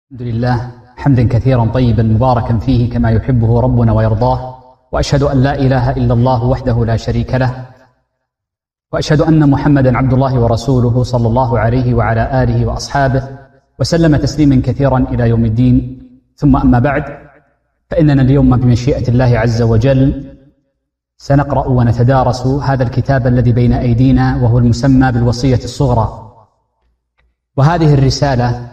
الحمد لله حمدا كثيرا طيبا مباركا فيه كما يحبه ربنا ويرضاه، وأشهد أن لا إله إلا الله وحده لا شريك له، وأشهد أن محمدا عبد الله ورسوله صلى الله عليه وعلى آله وأصحابه وسلم تسليما كثيرا إلى يوم الدين. ثم أما بعد، فإننا اليوم بمشيئة الله عز وجل سنقرأ ونتدارس هذا الكتاب الذي بين أيدينا، وهو المسمى بالوصية الصغرى. وهذه الرسالة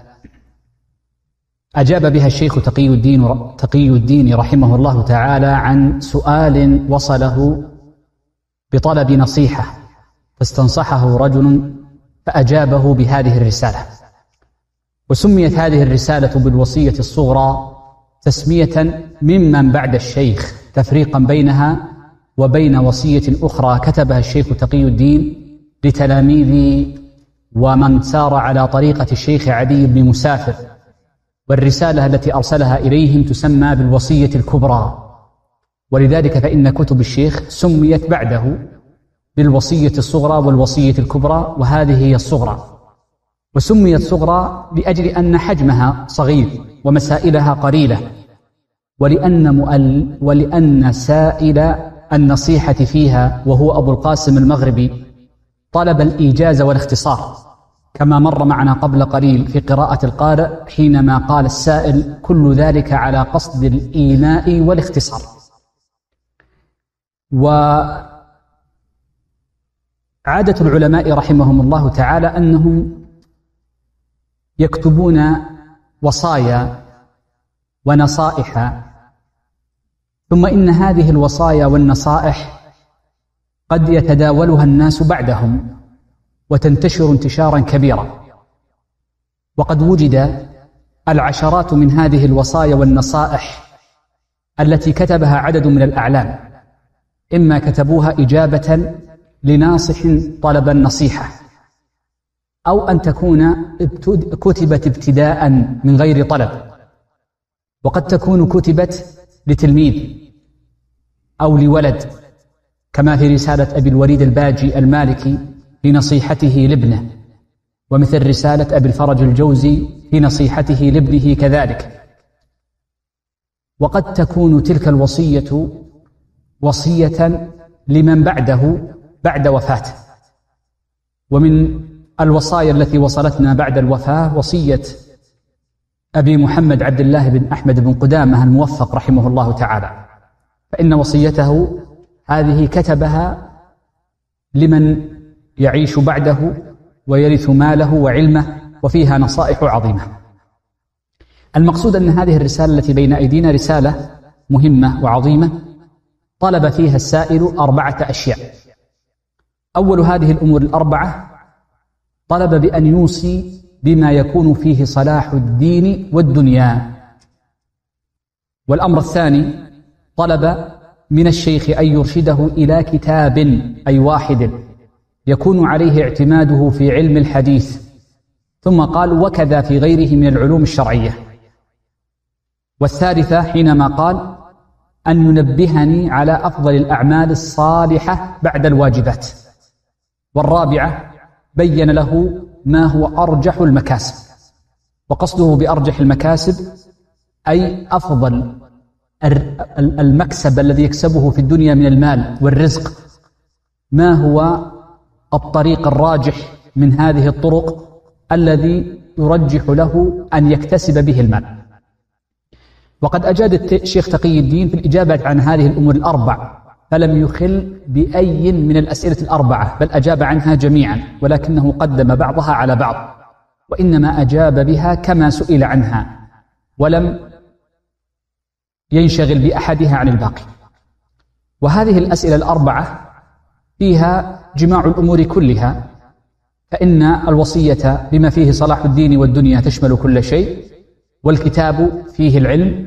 أجاب بها الشيخ تقي الدين رحمه الله تعالى عن سؤال وصله بطلب نصيحة، فاستنصحه رجل فأجابه بهذه الرسالة. وسميت هذه الرسالة بالوصية الصغرى تسمية ممن بعد الشيخ، تفريقا بينها وبين وصية أخرى كتبها الشيخ تقي الدين لتلاميذ ومن سار على طريقة الشيخ عدي بن مسافر. والرسالة التي أرسلها إليهم تسمى بالوصية الكبرى، ولذلك فإن كتب الشيخ سميت بعده بالوصية الصغرى والوصية الكبرى، وهذه هي الصغرى. وسميت صغرى لأجل أن حجمها صغير ومسائلها قليلة، ولأن سائل النصيحة فيها وهو أبو القاسم المغربي طلب الإيجاز والاختصار، كما مر معنا قبل قليل في قراءة القارئ حينما قال السائل: كل ذلك على قصد الإيناء والاختصار. وعادة العلماء رحمهم الله تعالى أنهم يكتبون وصايا ونصائح، ثم إن هذه الوصايا والنصائح قد يتداولها الناس بعدهم وتنتشر انتشارا كبيرا، وقد وجد العشرات من هذه الوصايا والنصائح التي كتبها عدد من الأعلام، إما كتبوها إجابة لناصح طلب النصيحة، أو أن تكون كتبت ابتداء من غير طلب، وقد تكون كتبت لتلميذ أو لولد، كما في رسالة أبي الوليد الباجي المالكي لنصيحته لابنه، ومثل رسالة أبي الفرج الجوزي في نصيحته لابنه كذلك. وقد تكون تلك الوصية وصية لمن بعده بعد وفاته. ومن الوصايا التي وصلتنا بعد الوفاة وصية أبي محمد عبد الله بن أحمد بن قدامة الموفق رحمه الله تعالى، فإن وصيته هذه كتبها لمن يعيش بعده ويرث ماله وعلمه، وفيها نصائح عظيمة. المقصود أن هذه الرسالة التي بين أيدينا رسالة مهمة وعظيمة، طلب فيها السائل 4 أشياء. أول هذه الأمور الأربعة طلب بأن يوصي بما يكون فيه صلاح الدين والدنيا. والأمر الثاني طلب من الشيخ أن يرشده إلى كتاب أي واحد يكون عليه اعتماده في علم الحديث، ثم قال: وكذا في غيره من العلوم الشرعية. والثالثة حينما قال: أن ينبهني على أفضل الأعمال الصالحة بعد الواجبات. والرابعة بين له ما هو أرجح المكاسب، وقصده بأرجح المكاسب أي أفضل المكسب الذي يكسبه في الدنيا من المال والرزق، ما هو الطريق الراجح من هذه الطرق الذي يرجح له أن يكتسب به المال. وقد أجاد الشيخ تقي الدين في الإجابة عن هذه الأمور الأربع، فلم يخل بأي من الأسئلة الأربعة، بل أجاب عنها جميعا، ولكنه قدم بعضها على بعض، وإنما أجاب بها كما سئل عنها، ولم ينشغل بأحدها عن الباقي. وهذه الأسئلة الأربعة فيها جماع الأمور كلها، فإن الوصية بما فيه صلاح الدين والدنيا تشمل كل شيء، والكتاب فيه العلم،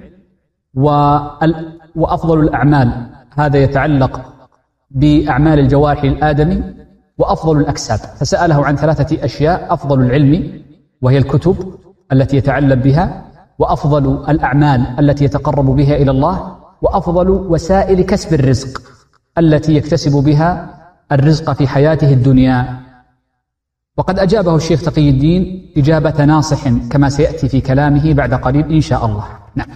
وأفضل الأعمال هذا يتعلق بأعمال الجوارح الآدمي، وأفضل الأكساب. فسأله عن 3 أشياء: أفضل العلم وهي الكتب التي يتعلم بها، وأفضل الأعمال التي يتقرب بها إلى الله، وأفضل وسائل كسب الرزق التي يكتسب بها الرزق في حياته الدنيا. وقد أجابه الشيخ تقي الدين إجابة ناصح كما سيأتي في كلامه بعد قليل إن شاء الله. نعم.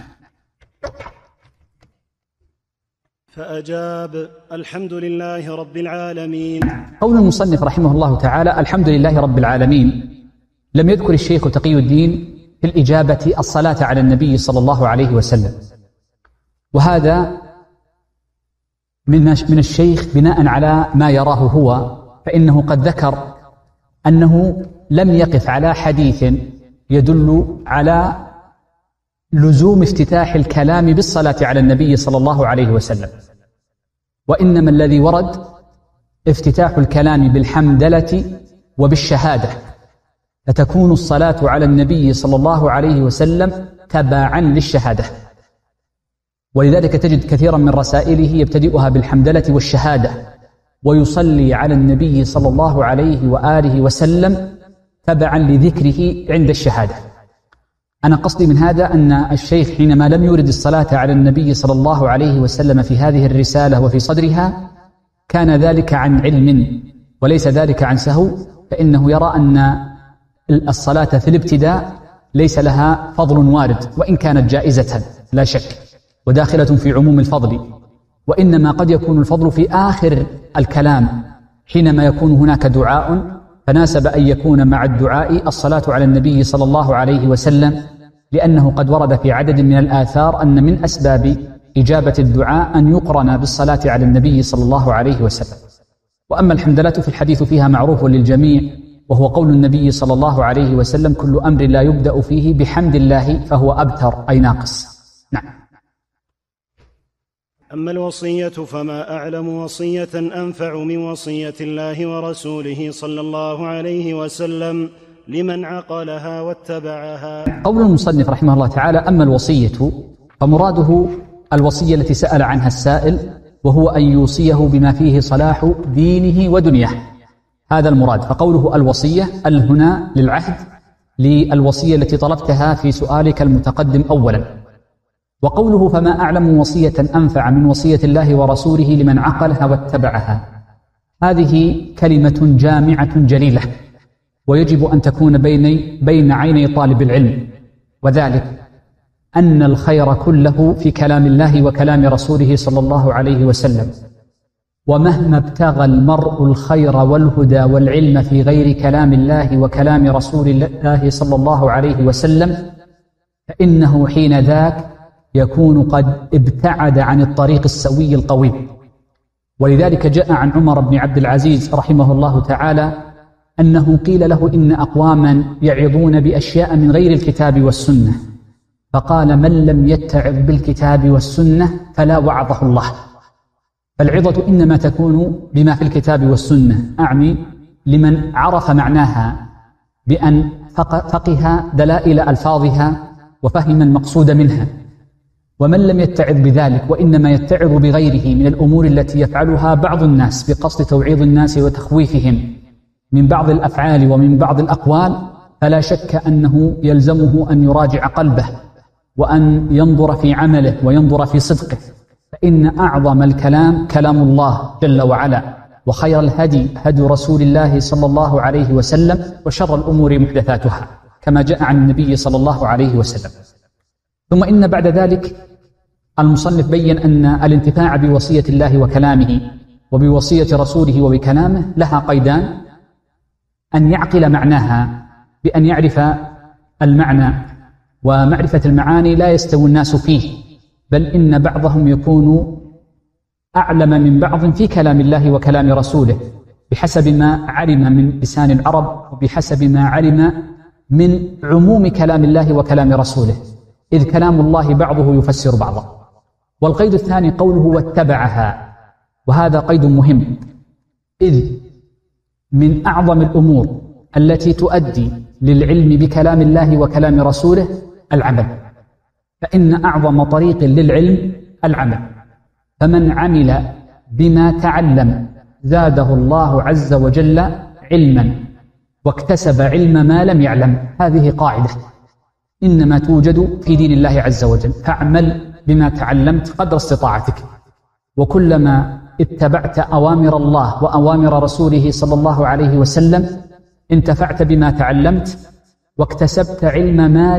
فأجاب: الحمد لله رب العالمين. قول المصنف رحمه الله تعالى الحمد لله رب العالمين، لم يذكر الشيخ تقي الدين في الإجابة الصلاة على النبي صلى الله عليه وسلم، وهذا من الشيخ بناء على ما يراه هو، فإنه قد ذكر أنه لم يقف على حديث يدل على لزوم افتتاح الكلام بالصلاة على النبي صلى الله عليه وسلم، وإنما الذي ورد افتتاح الكلام بالحمدلة وبالشهادة، فتكون الصلاة على النبي صلى الله عليه وسلم تبعا للشهادة. ولذلك تجد كثيرا من رسائله يبتدئها بالحمدلة والشهادة، ويصلي على النبي صلى الله عليه وآله وسلم تبعا لذكره عند الشهادة. أنا قصدي من هذا أن الشيخ حينما لم يرد الصلاة على النبي صلى الله عليه وسلم في هذه الرسالة وفي صدرها كان ذلك عن علم وليس ذلك عن سهو، فإنه يرى أن الصلاة في الابتداء ليس لها فضل وارد، وإن كانت جائزة لا شك وداخلة في عموم الفضل، وإنما قد يكون الفضل في آخر الكلام حينما يكون هناك دعاء، فناسب أن يكون مع الدعاء الصلاة على النبي صلى الله عليه وسلم، لأنه قد ورد في عدد من الآثار أن من أسباب إجابة الدعاء أن يقرن بالصلاة على النبي صلى الله عليه وسلم. وأما الحمدلة في الحديث فيها معروف للجميع، وهو قول النبي صلى الله عليه وسلم: كل أمر لا يبدأ فيه بحمد الله فهو أبتر أي ناقص. نعم. أما الوصية فما أعلم وصية أنفع من وصية الله ورسوله صلى الله عليه وسلم لمن عقلها واتبعها. قول المصنف رحمه الله تعالى: أما الوصية فمراده الوصية التي سأل عنها السائل، وهو أن يوصيه بما فيه صلاح دينه ودنياه، هذا المراد. فقوله الوصية هنا للعهد للوصية التي طلبتها في سؤالك المتقدم أولا. وقوله فما أعلم وصية أنفع من وصية الله ورسوله لمن عقلها واتبعها، هذه كلمة جامعة جليلة، ويجب أن تكون بين عيني طالب العلم، وذلك أن الخير كله في كلام الله وكلام رسوله صلى الله عليه وسلم، ومهما ابتغى المرء الخير والهدى والعلم في غير كلام الله وكلام رسول الله صلى الله عليه وسلم فإنه حين ذاك يكون قد ابتعد عن الطريق السوي القويم. ولذلك جاء عن عمر بن عبد العزيز رحمه الله تعالى أنه قيل له: إن أقواما يعظون بأشياء من غير الكتاب والسنة، فقال: من لم يتعظ بالكتاب والسنة فلا وعظه الله. فالعظة إنما تكون بما في الكتاب والسنة، أعني لمن عرف معناها بأن فقه دلائل ألفاظها وفهم المقصود منها. ومن لم يتعظ بذلك وإنما يتعظ بغيره من الأمور التي يفعلها بعض الناس بقصد توعيظ الناس وتخويفهم من بعض الأفعال ومن بعض الأقوال، فلا شك أنه يلزمه أن يراجع قلبه وأن ينظر في عمله وينظر في صدقه، فإن أعظم الكلام كلام الله جل وعلا، وخير الهدي هدي رسول الله صلى الله عليه وسلم، وشر الأمور محدثاتها كما جاء عن النبي صلى الله عليه وسلم. ثم إن بعد ذلك المصنف بين أن الانتفاع بوصية الله وكلامه وبوصية رسوله وبكلامه لها قيدان: أن يعقل معناها بأن يعرف المعنى، ومعرفة المعاني لا يستوي الناس فيه، بل إن بعضهم يكون أعلم من بعض في كلام الله وكلام رسوله بحسب ما علم من لسان العرب وبحسب ما علم من عموم كلام الله وكلام رسوله، إذ كلام الله بعضه يفسر بعضا. والقيد الثاني قوله واتبعها، وهذا قيد مهم، إذ من أعظم الأمور التي تؤدي للعلم بكلام الله وكلام رسوله العمل، فإن أعظم طريق للعلم العمل، فمن عمل بما تعلم زاده الله عز وجل علما واكتسب علم ما لم يعلم. هذه قاعدة إنما توجد في دين الله عز وجل، فاعمل بما تعلمت قدر استطاعتك، وكلما اتبعت أوامر الله وأوامر رسوله صلى الله عليه وسلم انتفعت بما تعلمت واكتسبت علم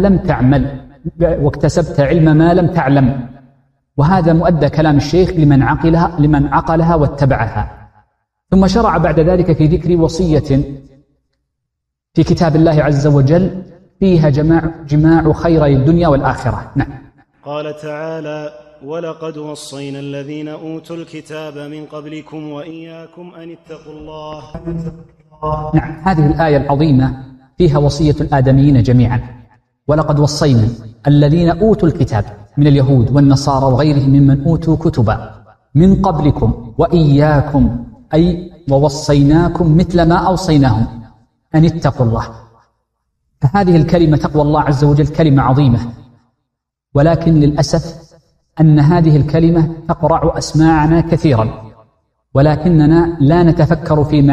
ما لم تعلم. وهذا مؤدى كلام الشيخ لمن عقلها واتبعها. ثم شرع بعد ذلك في ذكر وصية في كتاب الله عز وجل فيها جماع خيري الدنيا والآخرة. نعم. قال تعالى: ولقد وصينا الذين أوتوا الكتاب من قبلكم وإياكم أن اتقوا الله. نعم، هذه الآية العظيمة فيها وصية الآدميين جميعا. ولقد وصينا الذين أوتوا الكتاب من اليهود والنصارى وغيرهم ممن أوتوا كتبا من قبلكم وإياكم، أي ووصيناكم مثل ما أوصيناهم أن اتقوا الله. فهذه الكلمة تقوى الله عز وجل كلمة عظيمة، ولكن للأسف أن هذه الكلمة تقرع أسماعنا كثيرا، ولكننا لا نتفكر في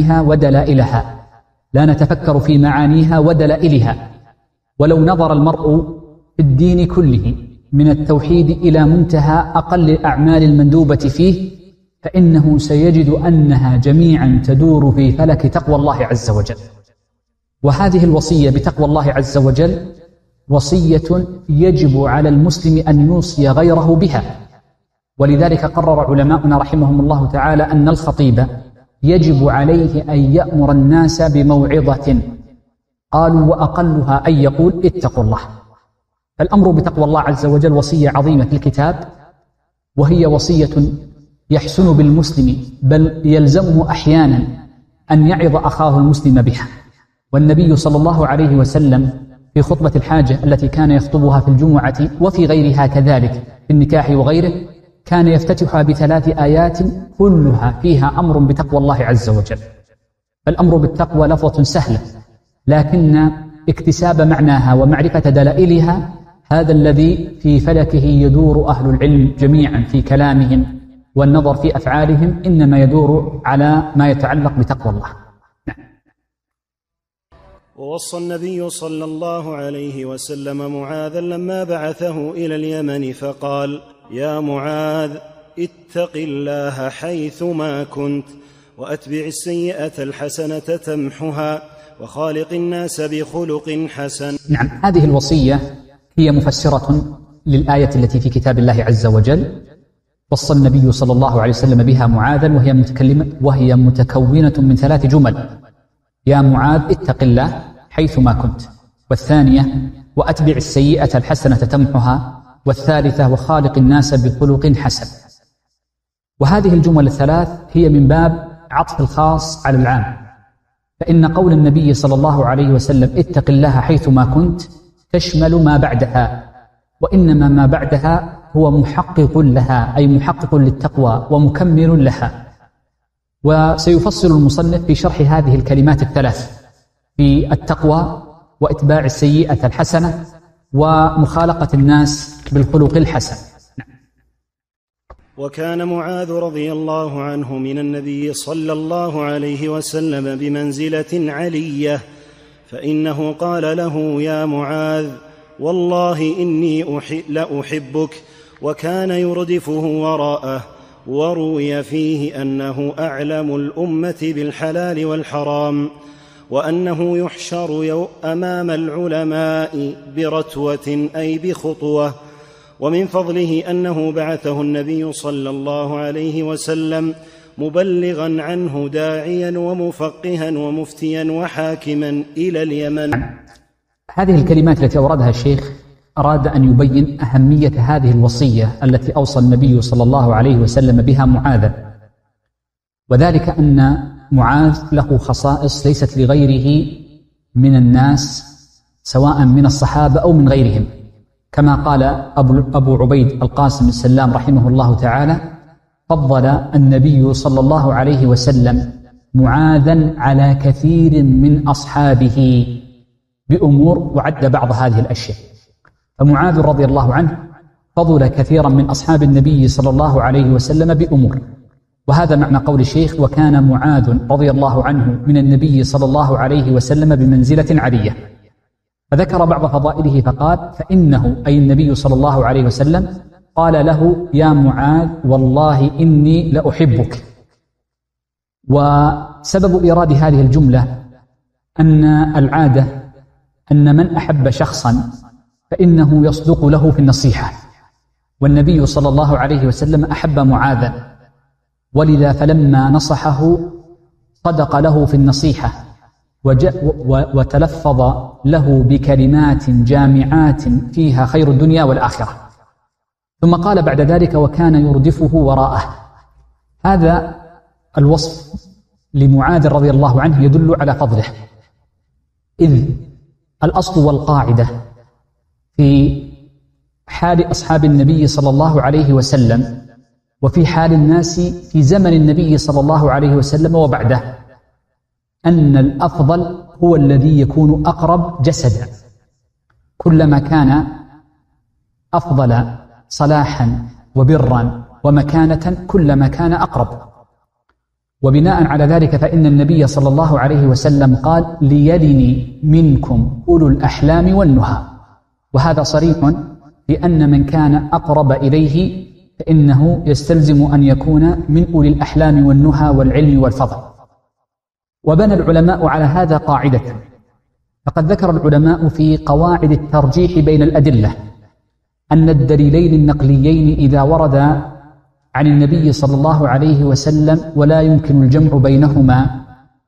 معانيها ودلائلها. ولو نظر المرء في الدين كله من التوحيد إلى منتهى أقل الأعمال المندوبة فيه، فإنه سيجد أنها جميعا تدور في فلك تقوى الله عز وجل. وهذه الوصية بتقوى الله عز وجل وصية يجب على المسلم أن يوصي غيره بها. ولذلك قرر علماؤنا رحمهم الله تعالى أن الخطيب يجب عليه أن يأمر الناس بموعظة، قالوا وأقلها أن يقول اتقوا الله. فالأمر بتقوى الله عز وجل وصية عظيمة في الكتاب، وهي وصية يحسن بالمسلم بل يلزمه أحيانا أن يعظ أخاه المسلم بها. والنبي صلى الله عليه وسلم في خطبة الحاجة التي كان يخطبها في الجمعة وفي غيرها كذلك في النكاح وغيره، كان يفتتحها بثلاث آيات كلها فيها أمر بتقوى الله عز وجل. الأمر بالتقوى لفظة سهلة، لكن اكتساب معناها ومعرفة دلائلها هذا الذي في فلكه يدور أهل العلم جميعا في كلامهم، والنظر في أفعالهم إنما يدور على ما يتعلق بتقوى الله. ووصى النبي صلى الله عليه وسلم معاذا لما بعثه إلى اليمن فقال: يا معاذ، اتق الله حيثما كنت، وأتبع السيئة الحسنة تمحها، وخالق الناس بخلق حسن. نعم، هذه الوصية هي مفسرة للآية التي في كتاب الله عز وجل. وصى النبي صلى الله عليه وسلم بها معاذا وهي متكونة من 3 جمل: يا معاذ اتق الله حيثما كنت، والثانية وأتبع السيئة الحسنة تمحها، والثالثة وخالق الناس بخلق حسن. وهذه الجمل ال3 هي من باب عطف الخاص على العام، فإن قول النبي صلى الله عليه وسلم اتق الله حيثما كنت تشمل ما بعدها، وإنما ما بعدها هو محقق لها، أي محقق للتقوى ومكمل لها. وسيفصل المصنف في شرح هذه الكلمات ال3 في التقوى وإتباع السيئة الحسنة ومخالقة الناس بالخلق الحسن. وكان معاذ رضي الله عنه من النبي صلى الله عليه وسلم بمنزلة علية، فإنه قال له: يا معاذ، والله إني لأحبك، وكان يردفه وراءه. وروي فيه أنه أعلم الأمة بالحلال والحرام، وأنه يحشر أمام العلماء برتوة أي بخطوة. ومن فضله أنه بعثه النبي صلى الله عليه وسلم مبلغا عنه داعيا ومفقها ومفتيا وحاكما إلى اليمن. هذه الكلمات التي أوردها الشيخ أراد أن يبين أهمية هذه الوصية التي أوصى النبي صلى الله عليه وسلم بها معاذا، وذلك أن معاذ له خصائص ليست لغيره من الناس سواء من الصحابة أو من غيرهم، كما قال أبو عبيد القاسم السلام رحمه الله تعالى: فضل النبي صلى الله عليه وسلم معاذا على كثير من أصحابه بأمور، وعد بعض هذه الأشياء. فمعاذ رضي الله عنه فضل كثيرا من أصحاب النبي صلى الله عليه وسلم بأمور، وهذا معنى قول الشيخ: وكان معاذ رضي الله عنه من النبي صلى الله عليه وسلم بمنزلة علية. فذكر بعض فضائله فقال: فإنه أي النبي صلى الله عليه وسلم قال له: يا معاذ، والله إني لأحبك. وسبب إيراد هذه الجملة أن العادة أن من أحب شخصا فإنه يصدق له في النصيحة، والنبي صلى الله عليه وسلم أحب معاذا، ولذا فلما نصحه صدق له في النصيحة وتلفظ له بكلمات جامعات فيها خير الدنيا والآخرة. ثم قال بعد ذلك: وكان يردفه وراءه. هذا الوصف لمعاذ رضي الله عنه يدل على فضله، إذ الأصل والقاعدة في حال أصحاب النبي صلى الله عليه وسلم وفي حال الناس في زمن النبي صلى الله عليه وسلم وبعده أن الأفضل هو الذي يكون أقرب جسدا، كلما كان أفضل صلاحا وبرا ومكانة كلما كان أقرب. وبناء على ذلك فإن النبي صلى الله عليه وسلم قال: ليلني منكم أولو الأحلام والنهى، وهذا صريح بأن من كان أقرب إليه فإنه يستلزم أن يكون من أولي الأحلام والنهى والعلم والفضل. وبنى العلماء على هذا قاعدة، فقد ذكر العلماء في قواعد الترجيح بين الأدلة أن الدليلين النقليين إذا وردا عن النبي صلى الله عليه وسلم ولا يمكن الجمع بينهما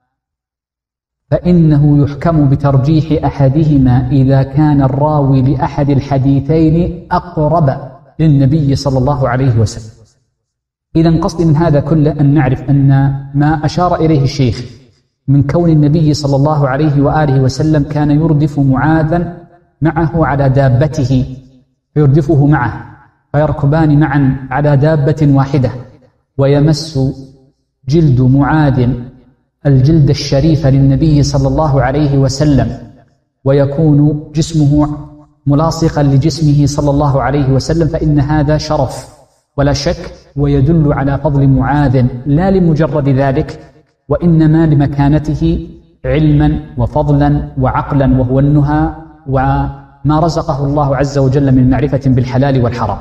فإنه يحكم بترجيح أحدهما إذا كان الراوي لأحد الحديثين أقرب للنبي صلى الله عليه وسلم. إذن قصدي من هذا كله أن نعرف أن ما أشار إليه الشيخ من كون النبي صلى الله عليه وآله وسلم كان يردف معاذا معه على دابته، فيردفه معه فيركبان معا على دابة واحدة، ويمس جلد معاذ الجلد الشريف للنبي صلى الله عليه وسلم، ويكون جسمه ملاصقا لجسمه صلى الله عليه وسلم، فإن هذا شرف ولا شك، ويدل على فضل معاذ لا لمجرد ذلك، وإنما لمكانته علما وفضلا وعقلا، وهو النهى وما رزقه الله عز وجل من معرفة بالحلال والحرام.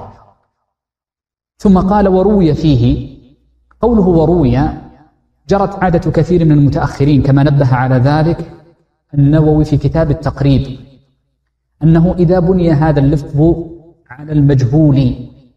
ثم قال: وروي فيه. قوله وروي جرت عادة كثير من المتأخرين كما نبه على ذلك النووي في كتاب التقريب، أنه إذا بني هذا اللفظ على المجهول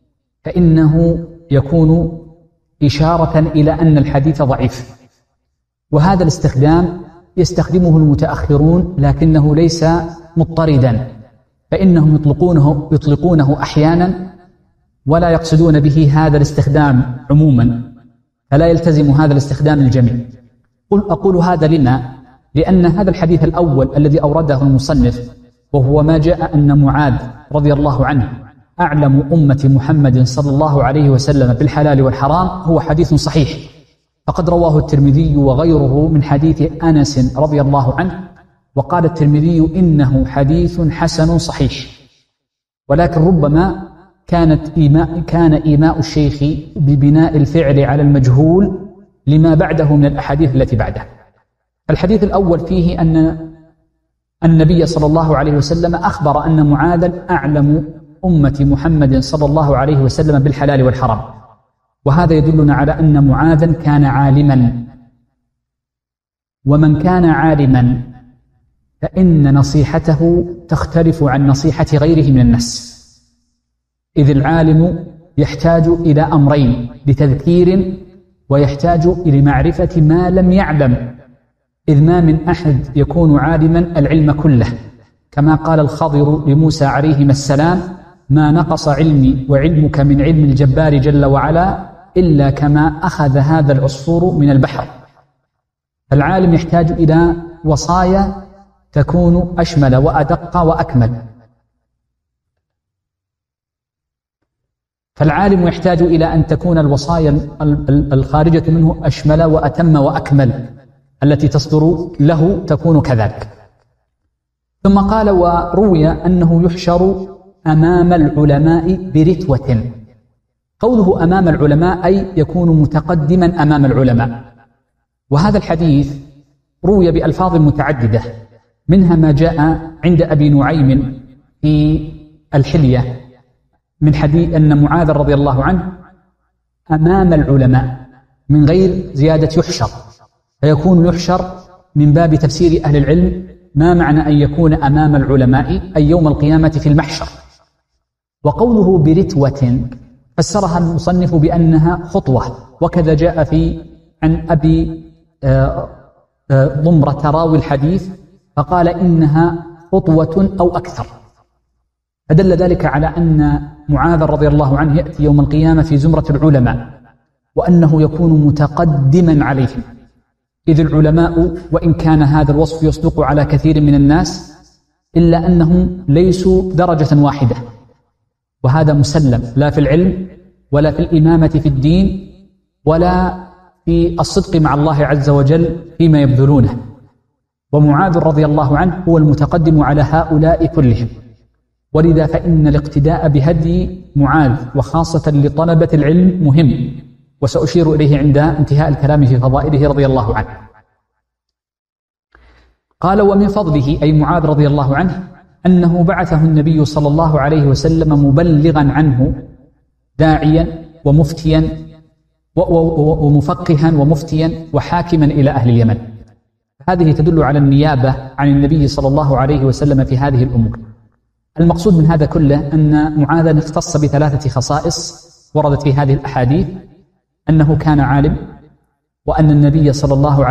فإنه يكون إشارة إلى أن الحديث ضعيف، وهذا الاستخدام يستخدمه المتأخرون لكنه ليس مضطردا، فإنهم يطلقونه أحيانا ولا يقصدون به هذا الاستخدام عموما، فلا يلتزم هذا الاستخدام الجميع. أقول هذا لما؟ لأن هذا الحديث الأول الذي أورده المصنف وهو ما جاء أن معاذ رضي الله عنه أعلم أمة محمد صلى الله عليه وسلم بالحلال والحرام هو حديث صحيح، فقد رواه الترمذي وغيره من حديث أنس رضي الله عنه، وقال الترمذي إنه حديث حسن صحيح، ولكن ربما كان إيماء الشيخ ببناء الفعل على المجهول لما بعده من الأحاديث التي بعده. الحديث الأول فيه أن النبي صلى الله عليه وسلم أخبر أن معاذا أعلم أمة محمد صلى الله عليه وسلم بالحلال والحرام، وهذا يدلنا على أن معاذا كان عالما، ومن كان عالما فإن نصيحته تختلف عن نصيحة غيره من الناس، إذ العالم يحتاج إلى أمرين: لتذكير ويحتاج إلى معرفة ما لم يعلم، إذ ما من أحد يكون عالما العلم كله، كما قال الخضر لموسى عليهما السلام: ما نقص علمي وعلمك من علم الجبار جل وعلا إلا كما أخذ هذا العصفور من البحر. العالم يحتاج إلى وصايا تكون أشمل وأدق وأكمل، فالعالم يحتاج إلى أن تكون الوصايا الخارجة منه أشمل وأتم وأكمل، التي تصدر له تكون كذلك. ثم قال: وروي أنه يحشر أمام العلماء برتوة. قوله أمام العلماء أي يكون متقدما أمام العلماء، وهذا الحديث روي بألفاظ متعددة، منها ما جاء عند أبي نعيم في الحلية من حديث أن معاذ رضي الله عنه أمام العلماء من غير زيادة يحشر، فيكون يحشر من باب تفسير أهل العلم ما معنى أن يكون أمام العلماء أي يوم القيامة في المحشر. وقوله برتوة فسرها المصنف بأنها خطوة، وكذا جاء عن أبي ضمرة راوي الحديث فقال إنها خطوة أو أكثر، فدل ذلك على أن معاذ رضي الله عنه يأتي يوم القيامة في زمرة العلماء، وأنه يكون متقدما عليهم، إذ العلماء وإن كان هذا الوصف يصدق على كثير من الناس إلا أنهم ليسوا درجة واحدة، وهذا مسلم لا في العلم ولا في الإمامة في الدين ولا في الصدق مع الله عز وجل فيما يبذلونه. ومعاذ رضي الله عنه هو المتقدم على هؤلاء كلهم، ولذا فإن الاقتداء بهدي معاذ وخاصة لطلبة العلم مهم، وسأشير إليه عند انتهاء الكلام في فضائله رضي الله عنه. قال ومن فضله أي معاذ رضي الله عنه أنه بعثه النبي صلى الله عليه وسلم مبلغا عنه داعيا ومفتيا ومفقها ومفتيا وحاكما إلى أهل اليمن. هذه تدل على النيابة عن النبي صلى الله عليه وسلم في هذه الأمور. المقصود من هذا كله أن معاذا اختص بثلاثة خصائص وردت في هذه الأحاديث: أنه كان عالم، وأن النبي صلى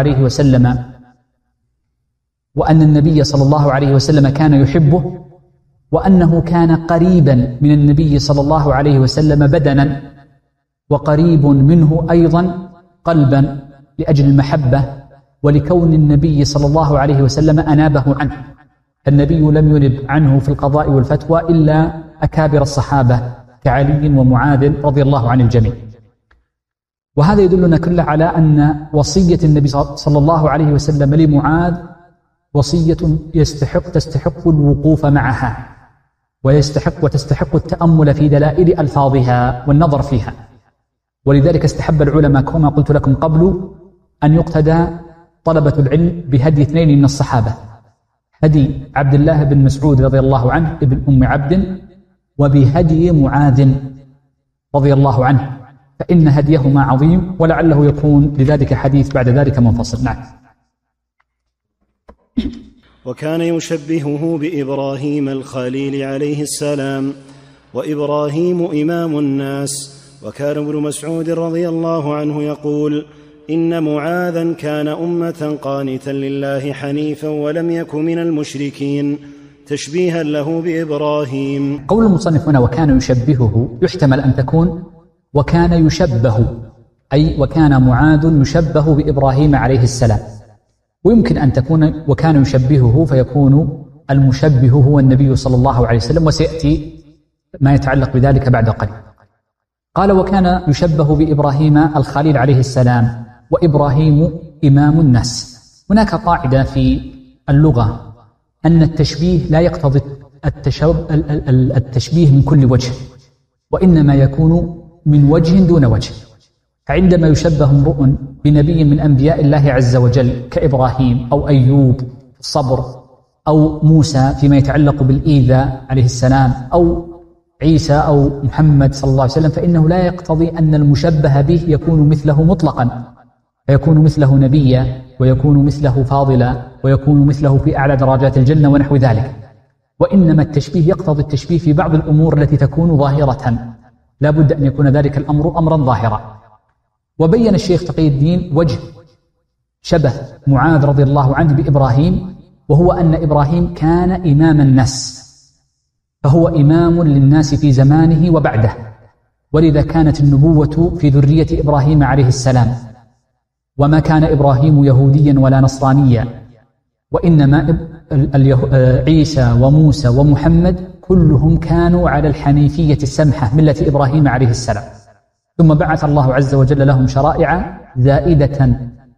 الله عليه وسلم كان يحبه، وأنه كان قريبا من النبي صلى الله عليه وسلم بدنا، وقريب منه أيضا قلبا لأجل المحبة، ولكون النبي صلى الله عليه وسلم أنابه عنه. النبي لم ينب عنه في القضاء والفتوى إلا أكابر الصحابة كعلي ومعاذ رضي الله عن الجميع. وهذا يدلنا كله على أن وصية النبي صلى الله عليه وسلم لمعاذ وصية تستحق الوقوف معها، وتستحق التأمل في دلائل ألفاظها والنظر فيها. ولذلك استحب العلماء كما قلت لكم قبل أن يقتدى طلبة العلم بهدي اثنين من الصحابة: هدي عبد الله بن مسعود رضي الله عنه ابن أم عبد، وبهدي معاذ رضي الله عنه، فإن هديهما عظيم، ولعله يكون لذلك حديث بعد ذلك منفصل. نعم. وكان يشبهه بإبراهيم الخليل عليه السلام، وإبراهيم إمام الناس. وكان ابن مسعود رضي الله عنه يقول: إن معاذا كان أمة قانتا لله حنيفا ولم يك من المشركين، تشبيها له بإبراهيم. قول المصنف هنا وكان يشبهه يحتمل أن تكون وكان يشبه، أي وكان معاذ يشبه بإبراهيم عليه السلام، ويمكن أن تكون وكان يشبهه فيكون المشبه هو النبي صلى الله عليه وسلم، وسيأتي ما يتعلق بذلك بعد قليل. قال وكان يشبه بإبراهيم الخليل عليه السلام، وإبراهيم إمام الناس. هناك قاعدة في اللغة أن التشبيه لا يقتضي التشبيه من كل وجه، وإنما يكون من وجه دون وجه. فعندما يشبه امرؤ بنبي من أنبياء الله عز وجل كإبراهيم أو أيوب في الصبر، أو موسى فيما يتعلق بالإيذاء عليه السلام، أو عيسى أو محمد صلى الله عليه وسلم، فإنه لا يقتضي أن المشبه به يكون مثله مطلقا، فيكون مثله نبيا، ويكون مثله فاضلا، ويكون مثله في أعلى درجات الجنة ونحو ذلك. وإنما التشبيه يقتضي التشبيه في بعض الأمور التي تكون ظاهرة، لا بد أن يكون ذلك الأمر أمرا ظاهرا. وبين الشيخ تقي الدين وجه شبه معاذ رضي الله عنه بإبراهيم، وهو أن إبراهيم كان إمام الناس، فهو إمام للناس في زمانه وبعده، ولذا كانت النبوة في ذرية إبراهيم عليه السلام. وما كان إبراهيم يهوديا ولا نصرانيا، وإنما عيسى وموسى ومحمد كلهم كانوا على الحنيفية السمحة ملة إبراهيم عليه السلام، ثم بعث الله عز وجل لهم شرائع زائدة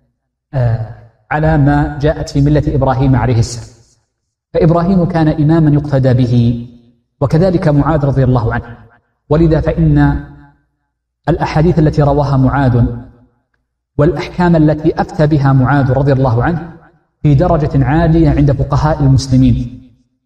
على ما جاءت في ملة إبراهيم عليه السلام. فإبراهيم كان إماما يقتدى به، وكذلك معاذ رضي الله عنه. ولذا فإن الأحاديث التي رواها معاذ والأحكام التي أفتى بها معاذ رضي الله عنه في درجة عالية عند فقهاء المسلمين.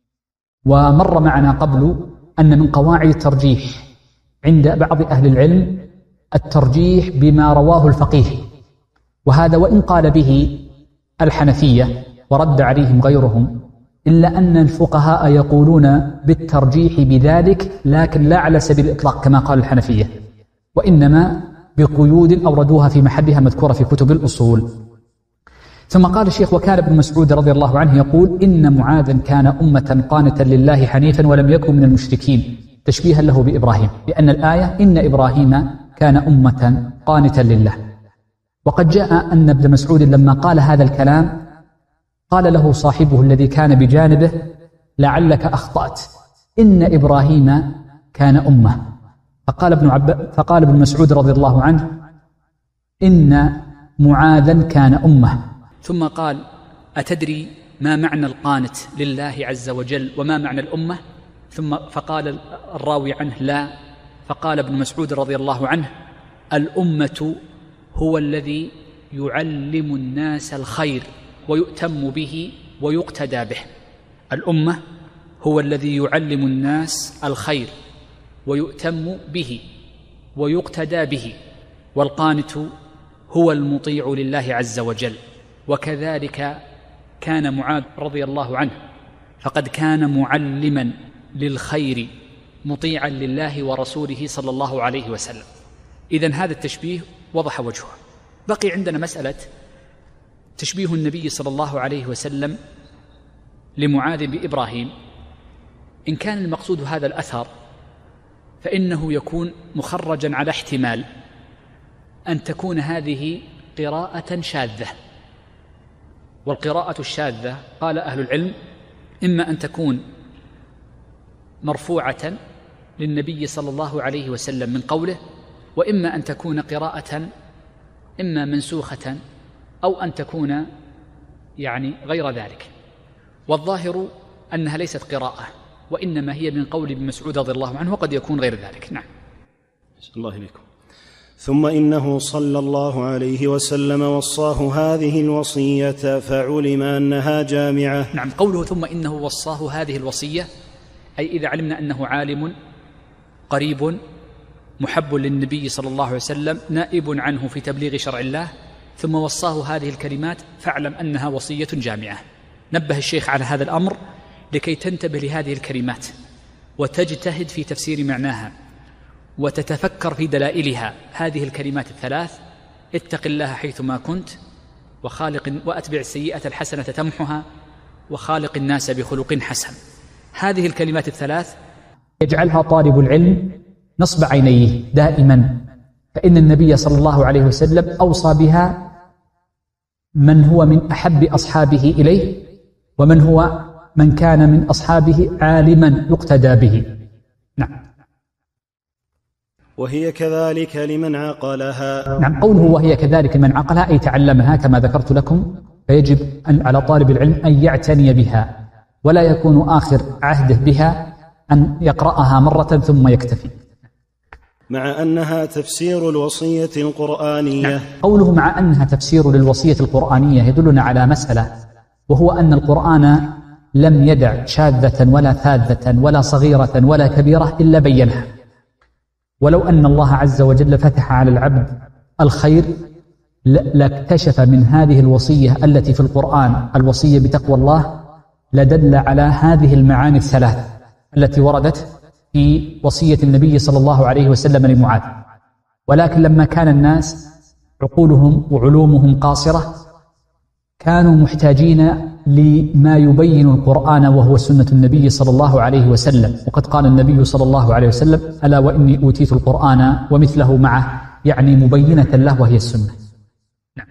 ومر معنا قبل أن من قواعد الترجيح عند بعض أهل العلم الترجيح بما رواه الفقيه، وهذا وإن قال به الحنفية ورد عليهم غيرهم، إلا أن الفقهاء يقولون بالترجيح بذلك، لكن لا على سبيل الإطلاق كما قال الحنفية، وإنما بقيود أوردوها في محلها مذكورة في كتب الأصول. ثم قال الشيخ: وكان ابن مسعود رضي الله عنه يقول: إن معاذا كان أمة قانتا لله حنيفا ولم يكن من المشركين، تشبيها له بإبراهيم، لأن الآية إن إبراهيم كان أمة قانتا لله. وقد جاء أن ابن مسعود لما قال هذا الكلام قال له صاحبه الذي كان بجانبه: لعلك أخطأت، إن إبراهيم كان أمة. فقال ابن مسعود رضي الله عنه: إن معاذا كان أمة. ثم قال: أتدري ما معنى القانت لله عز وجل وما معنى الأمة؟ فقال الراوي عنه: لا. فقال ابن مسعود رضي الله عنه: الأمة هو الذي يعلم الناس الخير ويؤتم به ويقتدى به. الأمة هو الذي يعلم الناس الخير ويؤتم به ويقتدى به، والقانت هو المطيع لله عز وجل. وكذلك كان معاذ رضي الله عنه، فقد كان معلما للخير مطيعا لله ورسوله صلى الله عليه وسلم. إذن هذا التشبيه وضح وجهه. بقي عندنا مسألة تشبيه النبي صلى الله عليه وسلم لمعاذ بإبراهيم. إن كان المقصود هذا الأثر فإنه يكون مخرجا على احتمال أن تكون هذه قراءة شاذة، والقراءة الشاذة قال أهل العلم إما أن تكون مرفوعة للنبي صلى الله عليه وسلم من قوله، وإما أن تكون قراءة إما منسوخة أو أن تكون غير ذلك. والظاهر أنها ليست قراءة، وإنما هي من قول ابن مسعود رضي الله عنه، وقد يكون غير ذلك. نعم. الله إليكم. ثم إنه صلى الله عليه وسلم وصاه هذه الوصية فعلم أنها جامعة. نعم، قوله ثم إنه وصاه هذه الوصية أي إذا علمنا أنه عالم قريب محب للنبي صلى الله عليه وسلم نائب عنه في تبليغ شرع الله، ثم وصاه هذه الكلمات فاعلم أنها وصية جامعة. نبه الشيخ على هذا الأمر لكي تنتبه لهذه الكلمات وتجتهد في تفسير معناها وتتفكر في دلائلها. هذه الكلمات الثلاث: اتق الله حيثما كنت، وأتبع السيئة الحسنة تمحها، وخالق الناس بخلق حسن. هذه الكلمات الثلاث يجعلها طالب العلم نصب عينيه دائما، فإن النبي صلى الله عليه وسلم أوصى بها من هو من أحب أصحابه إليه، ومن كان من أصحابه عالما يقتدى به. نعم. وهي كذلك لمن عقلها. نعم، قوله وهي كذلك لمن عقلها أي تعلمها كما ذكرت لكم، فيجب على طالب العلم أن يعتني بها، ولا يكون آخر عهده بها أن يقرأها مرة ثم يكتفي. مع أنها تفسير الوصية القرآنية. نعم. قوله مع أنها تفسير للوصية القرآنية يدلنا على مسألة، وهو أن القرآن لم يدع شاذة ولا فاذة ولا صغيرة ولا كبيرة إلا بينها. ولو أن الله عز وجل فتح على العبد الخير لاكتشف من هذه الوصية التي في القرآن الوصية بتقوى الله، لدل على هذه المعاني الثلاث التي وردت في وصية النبي صلى الله عليه وسلم لمعاذ. ولكن لما كان الناس عقولهم وعلومهم قاصرة كانوا محتاجين لما يبين القرآن وهو سنة النبي صلى الله عليه وسلم. وقد قال النبي صلى الله عليه وسلم: ألا وإني أوتيت القرآن ومثله معه، يعني مبينة له وهي السنة. نعم.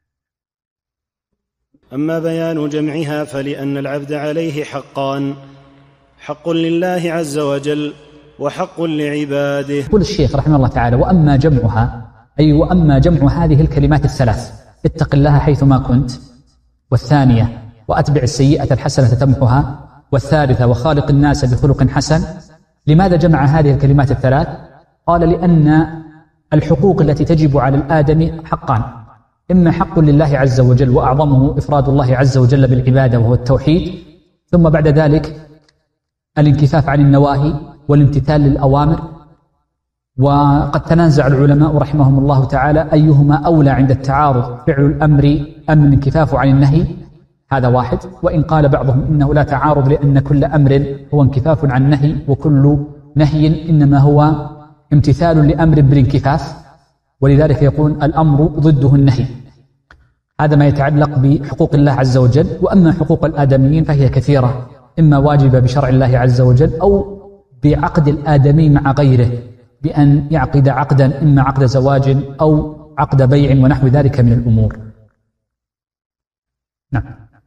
أما بيان جمعها فلأن العبد عليه حقان: حق لله عز وجل وحق لعباده. يقول الشيخ رحمه الله تعالى: وأما جمعها أي وأما جمع هذه الكلمات الثلاث: اتق الله حيثما كنت، والثانية وأتبع السيئة الحسنة تمحها، والثالثة وخالق الناس بخلق حسن. لماذا جمع هذه الكلمات الثلاث؟ قال: لأن الحقوق التي تجب على الآدمي حقان: إما حق لله عز وجل وأعظمه إفراد الله عز وجل بالعبادة وهو التوحيد، ثم بعد ذلك الانكفاف عن النواهي والامتثال للأوامر، وقد تنازع العلماء رحمهم الله تعالى أيهما أولى عند التعارض، فعل الأمر أم الانكفاف عن النهي، هذا واحد. وإن قال بعضهم إنه لا تعارض، لأن كل أمر هو انكفاف عن النهي، وكل نهي إنما هو امتثال لأمر بالانكفاف، ولذلك يقول الأمر ضده النهي. هذا ما يتعلق بحقوق الله عز وجل. وأما حقوق الآدميين فهي كثيرة، إما واجبة بشرع الله عز وجل أو بعقد الآدمي مع غيره، بأن يعقد عقدا، إما عقد زواج أو عقد بيع ونحو ذلك من الأمور. نعم.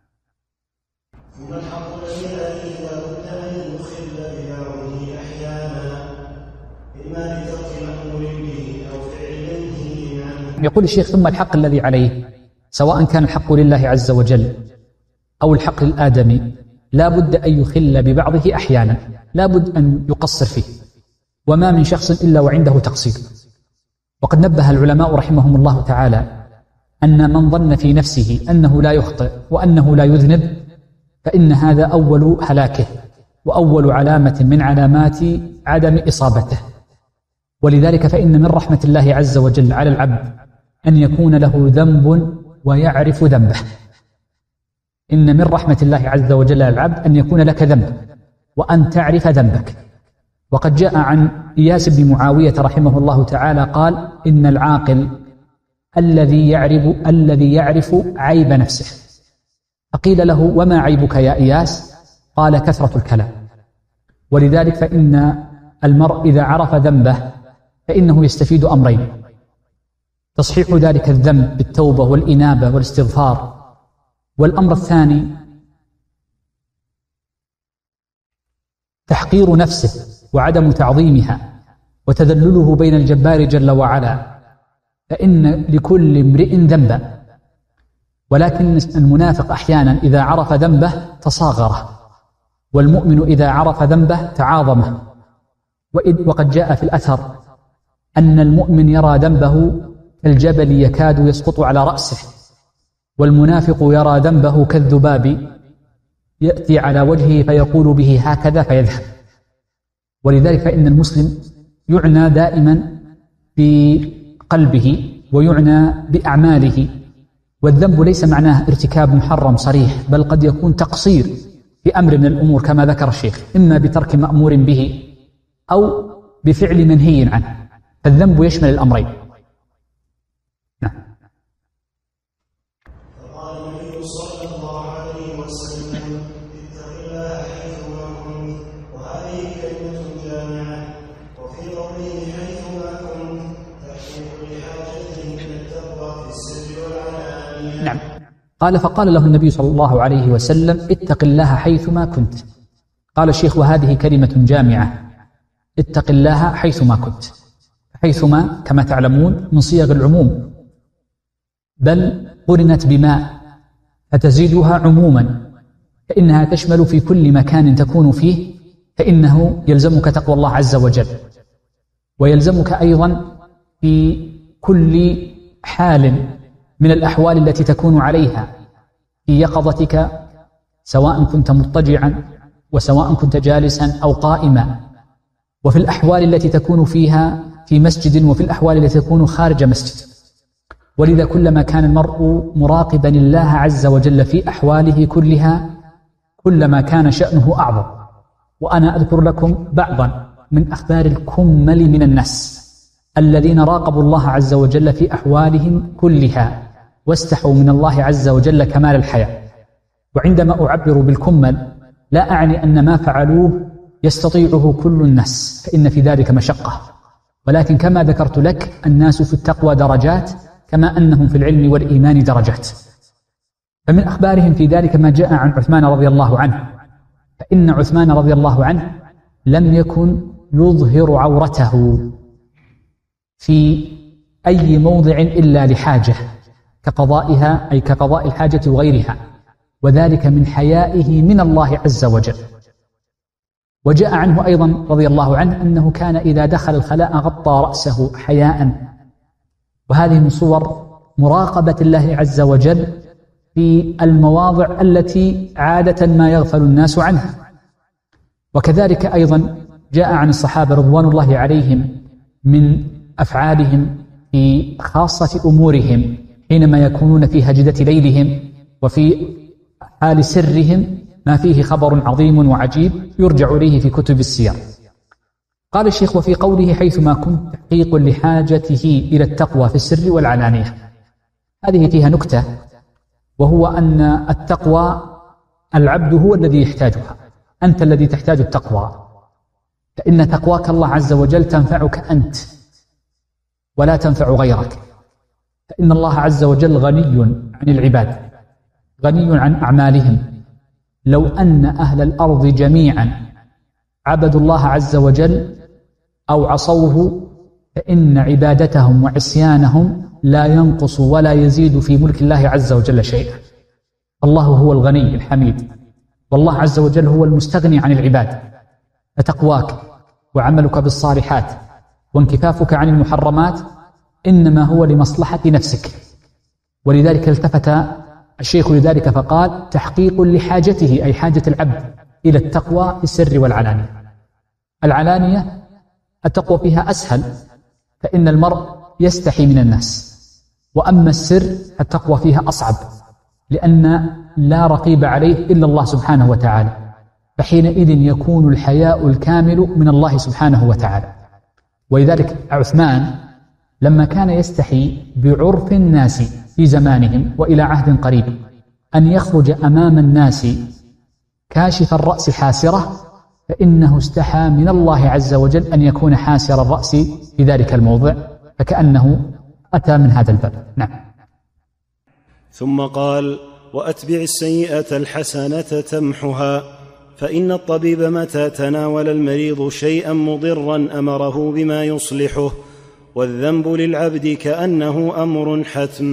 يقول الشيخ: ثم الحق الذي عليه، سواء كان الحق لله عز وجل أو الحق للآدمي، لا بد أن يخل ببعضه أحيانا، لا بد أن يقصر فيه، وما من شخص إلا وعنده تقصير. وقد نبه العلماء رحمهم الله تعالى أن من ظن في نفسه أنه لا يخطئ وأنه لا يذنب، فإن هذا أول هلاكه وأول علامة من علامات عدم إصابته. ولذلك فإن من رحمة الله عز وجل على العبد أن يكون له ذنب ويعرف ذنبه. إن من رحمة الله عز وجل على العبد أن يكون لك ذنب وأن تعرف ذنبك. وقد جاء عن إياس بن معاوية رحمه الله تعالى قال: إن العاقل الذي يعرف عيب نفسه. فقيل له: وما عيبك يا إياس؟ قال: كثرة الكلام. ولذلك فإن المرء إذا عرف ذنبه فإنه يستفيد أمرين: تصحيح ذلك الذنب بالتوبة والإنابة والاستغفار، والأمر الثاني تحقير نفسه وعدم تعظيمها وتذلله بين الجبار جل وعلا، فإن لكل امرئ ذنبا، ولكن المنافق أحيانا إذا عرف ذنبه تصاغره، والمؤمن إذا عرف ذنبه تعاظمه. وقد جاء في الأثر أن المؤمن يرى ذنبه كالجبل يكاد يسقط على رأسه، والمنافق يرى ذنبه كالذباب يأتي على وجهه فيقول به هكذا فيذهب. ولذلك فإن المسلم يعنى دائما بقلبه ويعنى بأعماله، والذنب ليس معناه ارتكاب محرم صريح، بل قد يكون تقصير في أمر من الأمور كما ذكر الشيخ، إما بترك مأمور به أو بفعل منهي عنه، فالذنب يشمل الأمرين. نعم. فقال النبي صلى الله عليه وسلم: اتق الله حيثما كنت، وهذه كلمة جامعة. وفي قوله حيثما كنت تحصيل لحاجته من التقوى في السر والعلانية. نعم. قال: فقال له النبي صلى الله عليه وسلم: اتق الله حيثما كنت. قال الشيخ: وهذه كلمة جامعة. اتق الله حيثما كنت. حيثما كما تعلمون من صيغ العموم، بل قرنت بما فتزيدها عموما، فإنها تشمل في كل مكان تكون فيه، فإنه يلزمك تقوى الله عز وجل، ويلزمك أيضا في كل حال من الأحوال التي تكون عليها في يقظتك، سواء كنت مضطجعا وسواء كنت جالسا أو قائما، وفي الأحوال التي تكون فيها في مسجد وفي الأحوال التي تكون خارج مسجد. ولذا كلما كان المرء مراقبا الله عز وجل في أحواله كلها كلما كان شأنه أعظم. وأنا أذكر لكم بعضا من أخبار الكمل من الناس الذين راقبوا الله عز وجل في أحوالهم كلها واستحوا من الله عز وجل كمال الحياة. وعندما أعبر بالكمل لا أعني أن ما فعلوه يستطيعه كل الناس، فإن في ذلك مشقة، ولكن كما ذكرت لك الناس في التقوى درجات كما أنهم في العلم والإيمان درجات. فمن أخبارهم في ذلك ما جاء عن عثمان رضي الله عنه، فإن عثمان رضي الله عنه لم يكن يظهر عورته في أي موضع إلا لحاجة كقضائها، أي كقضاء الحاجة وغيرها، وذلك من حيائه من الله عز وجل. وجاء عنه أيضا رضي الله عنه أنه كان إذا دخل الخلاء غطى رأسه حياء. وهذه من صور مراقبة الله عز وجل في المواضع التي عادة ما يغفل الناس عنها. وكذلك أيضا جاء عن الصحابة رضوان الله عليهم من أفعالهم في خاصة أمورهم حينما يكونون في هجدة ليلهم وفي حال سرهم ما فيه خبر عظيم وعجيب يرجع إليه في كتب السير. قال الشيخ: وفي قوله حيثما كنت تحقيق لحاجته إلى التقوى في السر والعلانية. هذه فيها نكتة، وهو أن التقوى العبد هو الذي يحتاجها، أنت الذي تحتاج التقوى، فإن تقواك الله عز وجل تنفعك أنت ولا تنفع غيرك، فإن الله عز وجل غني عن العباد، غني عن أعمالهم. لو أن أهل الأرض جميعا عبدوا الله عز وجل أو عصوه فإن عبادتهم وعصيانهم لا ينقص ولا يزيد في ملك الله عز وجل شيئا. الله هو الغني الحميد، والله عز وجل هو المستغني عن العباد. فتقواك وعملك بالصالحات وانكفافك عن المحرمات إنما هو لمصلحة نفسك. ولذلك التفت الشيخ لذلك فقال: تحقيق لحاجته، أي حاجة العبد إلى التقوى في السر والعلانية. العلانية التقوى فيها أسهل، فإن المرء يستحي من الناس، وأما السر التقوى فيها أصعب، لأن لا رقيب عليه إلا الله سبحانه وتعالى، فحينئذ يكون الحياء الكامل من الله سبحانه وتعالى. ولذلك عثمان لما كان يستحي بعرف الناس في زمانهم وإلى عهد قريب أن يخرج أمام الناس كاشف الرأس حاسرة، فإنه استحى من الله عز وجل أن يكون حاسر الرأس في ذلك الموضع، فكأنه أتى من هذا الباب. نعم. ثم قال: وأتبع السيئة الحسنة تمحها، فإن الطبيب متى تناول المريض شيئا مضرا أمره بما يصلحه، والذنب للعبد كأنه أمر حتم.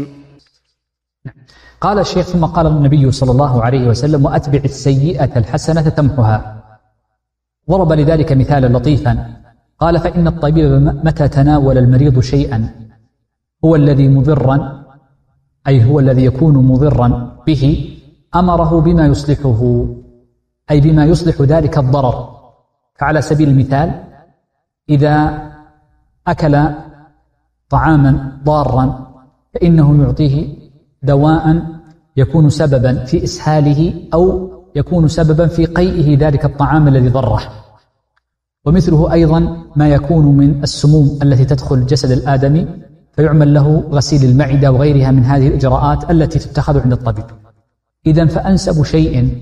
قال الشيخ: ثم قال النبي صلى الله عليه وسلم: وأتبع السيئة الحسنة تمحها. ضرب لذلك مثالا لطيفا، قال: فإن الطبيب متى تناول المريض شيئا هو الذي مضرا، أي هو الذي يكون مضرا به، أمره بما يصلحه، أي بما يصلح ذلك الضرر. فعلى سبيل المثال إذا أكل طعاما ضارا فإنه يعطيه دواء يكون سببا في إسهاله أو يكون سببا في قيئه ذلك الطعام الذي ضره. ومثله أيضا ما يكون من السموم التي تدخل جسد الآدمي فيعمل له غسيل المعدة وغيرها من هذه الإجراءات التي تتخذ عند الطبيب. إذن فأنسب شيء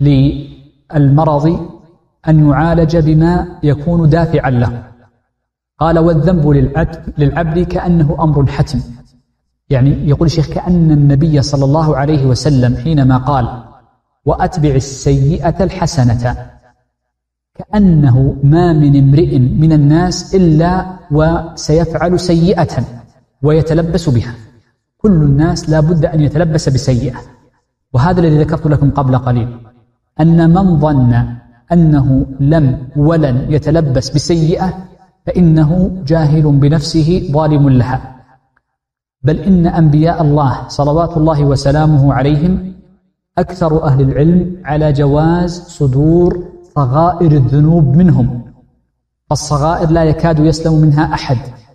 للمرض أن يعالج بما يكون دافعا له. قال: والذنب للعبد كأنه أمر حتم. يعني يقول الشيخ كأن النبي صلى الله عليه وسلم حينما قال: وأتبع السيئة الحسنة، كأنه ما من امرئ من الناس إلا وسيفعل سيئة ويتلبس بها. كل الناس لا بد أن يتلبس بسيئة. وهذا الذي ذكرت لكم قبل قليل، أن من ظن أنه لم ولن يتلبس بسيئة فإنه جاهل بنفسه ظالم لها. بل إن أنبياء الله صلوات الله وسلامه عليهم أكثر أهل العلم على جواز صدور صغائر الذنوب منهم، فالصغائر لا يكاد يسلم منها أحد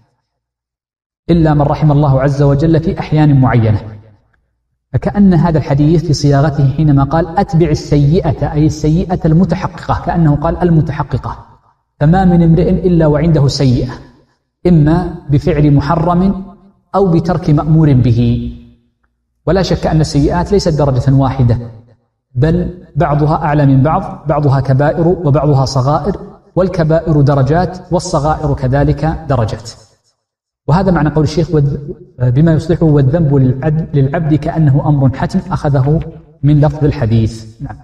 إلا من رحم الله عز وجل في أحيان معينة. فكأن هذا الحديث في صياغته حينما قال أتبع السيئة، أي السيئة المتحققة، كأنه قال المتحققة. فما من امرئ إلا وعنده سيئة، إما بفعل محرم أو بترك مأمور به. ولا شك أن السيئات ليست درجة واحدة، بل بعضها أعلى من بعض، بعضها كبائر وبعضها صغائر، والكبائر درجات والصغائر كذلك درجات. وهذا معنى قول الشيخ بما يصلحه والذنب للعبد كأنه أمر حتم، أخذه من لفظ الحديث. نعم.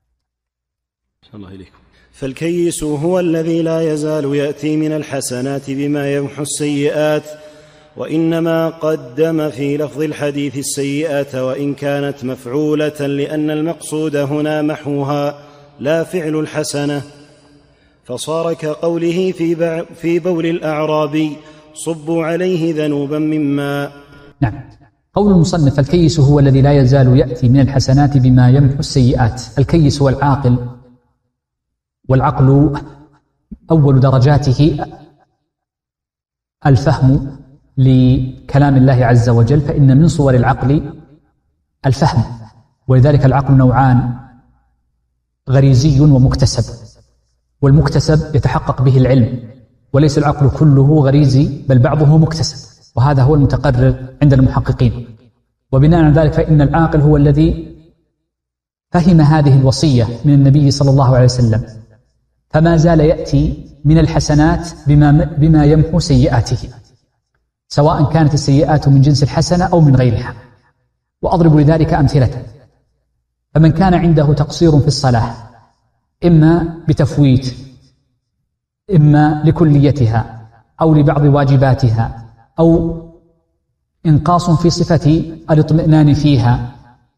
الله إليكم. فالكيس هو الذي لا يزال يأتي من الحسنات بما يمحو السيئات، وإنما قدم في لفظ الحديث السيئة وإن كانت مفعولة، لأن المقصود هنا محوها لا فعل الحسنة. فصار كقوله في بول الأعرابي: صبوا عليه ذنوبا من ماء. نعم. قول المصنف: الكيس هو الذي لا يزال يأتي من الحسنات بما يمحو السيئات. الكيس هو العاقل، والعقل أول درجاته الفهم لكلام الله عز وجل، فإن من صور العقل الفهم، ولذلك العقل نوعان: غريزي ومكتسب. والمكتسب يتحقق به العلم، وليس العقل كله غريزي بل بعضه مكتسب، وهذا هو المتقرر عند المحققين. وبناء على ذلك فإن العاقل هو الذي فهم هذه الوصية من النبي صلى الله عليه وسلم، فما زال يأتي من الحسنات بما يمحو سيئاته، سواء كانت السيئات من جنس الحسنة أو من غيرها. وأضرب لذلك أمثلة: فمن كان عنده تقصير في الصلاة، إما بتفويت، إما لكليتها أو لبعض واجباتها، أو إنقاص في صفة الاطمئنان فيها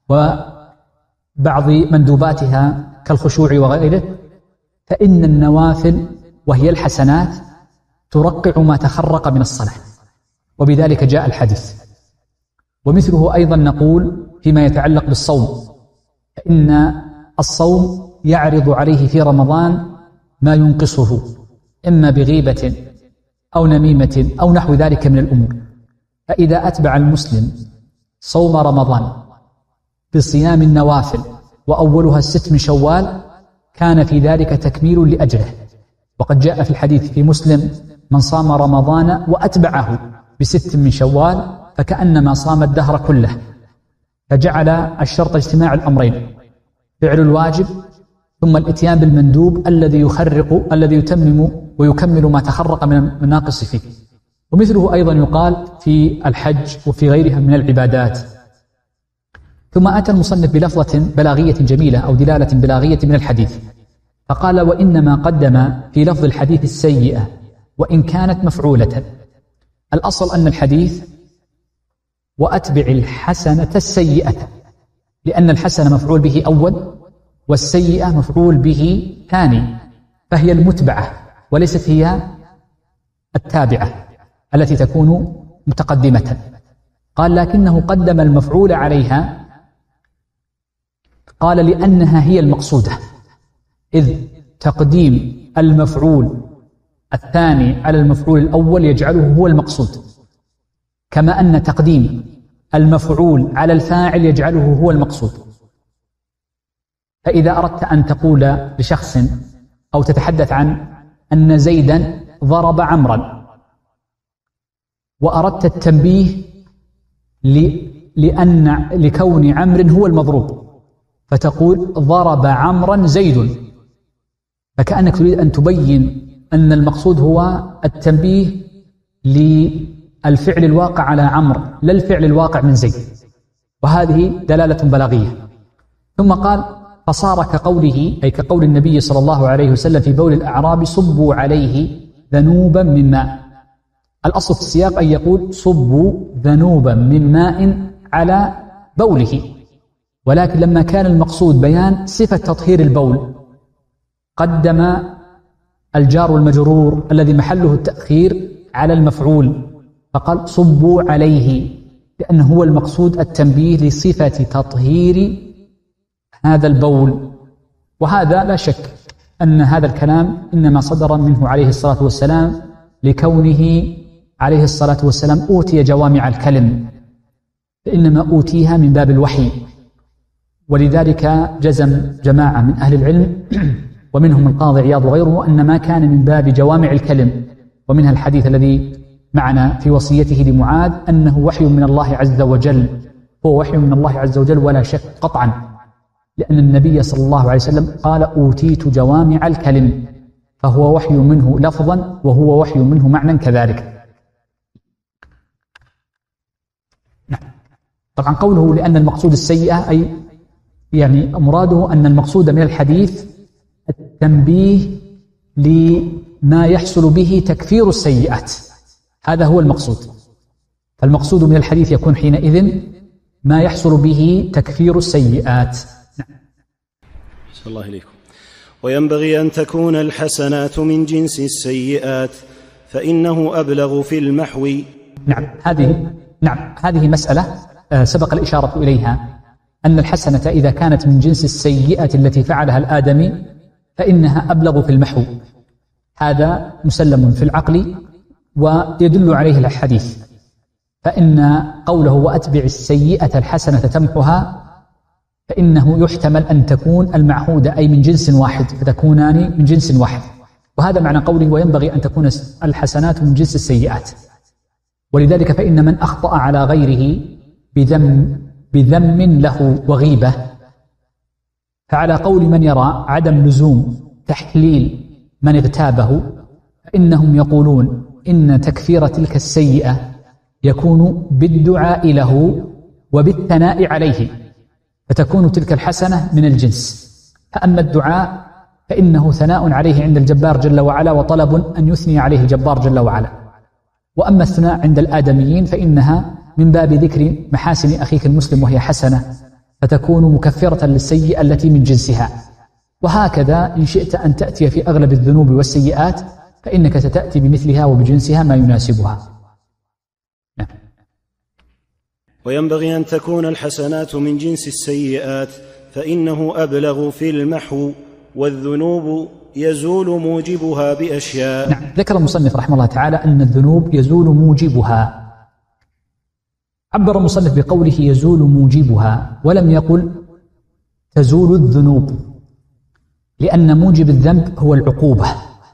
وبعض مندوباتها كالخشوع وغيره، فإن النوافل وهي الحسنات ترقع ما تخرق من الصلاة، وبذلك جاء الحديث. ومثله أيضا نقول فيما يتعلق بالصوم، فإن الصوم يعرض عليه في رمضان ما ينقصه، إما بغيبة أو نميمة أو نحو ذلك من الأمور. فإذا أتبع المسلم صوم رمضان بصيام النوافل وأولها 6 من شوال، كان في ذلك تكميل لأجره. وقد جاء في الحديث في مسلم: من صام رمضان وأتبعه ب6 من شوال فكأنما صام الدهر كله. فجعل الشرط اجتماع الأمرين: فعل الواجب ثم الاتيان بالمندوب الذي يخرق، الذي يتمم ويكمل ما تخرق من الناقص فيه. ومثله أيضا يقال في الحج وفي غيرها من العبادات. ثم أتى المصنف بلفظة بلاغية جميلة أو دلالة بلاغية من الحديث، فقال: وإنما قدم في لفظ الحديث السيئة وإن كانت مفعولة. الأصل أن الحديث وأتبع الحسنة السيئة، لأن الحسنة مفعول به أول والسيئة مفعول به ثاني، فهي المتبعة وليست هي التابعة التي تكون متقدمة. قال: لكنه قدم المفعول عليها، قال: لأنها هي المقصودة، إذ تقديم المفعول الثاني على المفعول الأول يجعله هو المقصود، كما أن تقديم المفعول على الفاعل يجعله هو المقصود. فإذا أردت أن تقول لشخص أو تتحدث عن أن زيدا ضرب عمرا، وأردت التنبيه لكون عمرو هو المضروب، فتقول: ضرب عمرا زيد، فكأنك تريد أن تبين أن المقصود هو التنبيه للفعل الواقع على عمرو لا الفعل الواقع من زيد، وهذه دلالة بلاغية. ثم قال: فصار كقوله، أي كقول النبي صلى الله عليه وسلم في بول الأعراب: صبوا عليه ذنوبا من ماء. الأصل في السياق أن يقول: صبوا ذنوبا من ماء على بوله، ولكن لما كان المقصود بيان صفة تطهير البول قدم الجار والمجرور الذي محله التأخير على المفعول، فقال: صبوا عليه، لأنه هو المقصود التنبيه لصفة تطهير هذا البول. وهذا لا شك أن هذا الكلام إنما صدر منه عليه الصلاة والسلام لكونه عليه الصلاة والسلام أوتي جوامع الكلم، فإنما أوتيها من باب الوحي. ولذلك جزم جماعة من أهل العلم ومنهم القاضي عياض وغيره أن ما كان من باب جوامع الكلم، ومنها الحديث الذي معنا في وصيته لمعاذ أنه وحي من الله عز وجل، هو وحي من الله عز وجل ولا شك قطعا، لأن النبي صلى الله عليه وسلم قال: أوتيت جوامع الكلم، فهو وحي منه لفظا وهو وحي منه معنى كذلك. طبعا قوله لأن المقصود السيئة، أي يعني مراده أن المقصود من الحديث التنبيه لما يحصل به تكفير السيئات، هذا هو المقصود. فالمقصود من الحديث يكون حينئذ ما يحصل به تكفير السيئات. صلى الله عليكم. وينبغي أن تكون الحسنات من جنس السيئات، فإنه أبلغ في المحو. هذه مسألة سبق الإشارة إليها، أن الحسنة إذا كانت من جنس السيئة التي فعلها الآدمي فإنها أبلغ في المحو. هذا مسلم في العقل ويدل عليه الحديث، فإن قوله وأتبع السيئة الحسنة تمحها، فإنه يحتمل أن تكون المعهودة أي من جنس واحد، فتكونان من جنس واحد، وهذا معنى قوله وينبغي أن تكون الحسنات من جنس السيئات. ولذلك فإن من أخطأ على غيره بذم له وغيبة، فعلى قول من يرى عدم لزوم تحليل من اغتابه، فإنهم يقولون إن تكفير تلك السيئة يكون بالدعاء له وبالثناء عليه، فتكون تلك الحسنة من الجنس. فأما الدعاء فإنه ثناء عليه عند الجبار جل وعلا، وطلب أن يثني عليه الجبار جل وعلا. وأما الثناء عند الآدميين فإنها من باب ذكر محاسن أخيك المسلم وهي حسنة، فتكون مكفرة للسيئة التي من جنسها. وهكذا إن شئت أن تأتي في أغلب الذنوب والسيئات فإنك ستأتي بمثلها وبجنسها ما يناسبها. وينبغي أن تكون الحسنات من جنس السيئات، فإنه أبلغ في المحو، والذنوب يزول موجبها بأشياء. نعم، ذكر المصنف رحمه الله تعالى أن الذنوب يزول موجبها. عبر المصنف بقوله يزول موجبها، ولم يقل تزول الذنوب، لأن موجب الذنب هو العقوبة،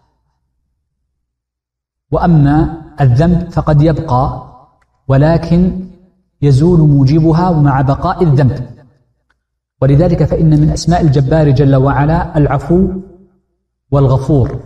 وأما الذنب فقد يبقى، ولكن يزول موجبها مع بقاء الذنب. ولذلك فإن من أسماء الجبار جل وعلا العفو والغفور،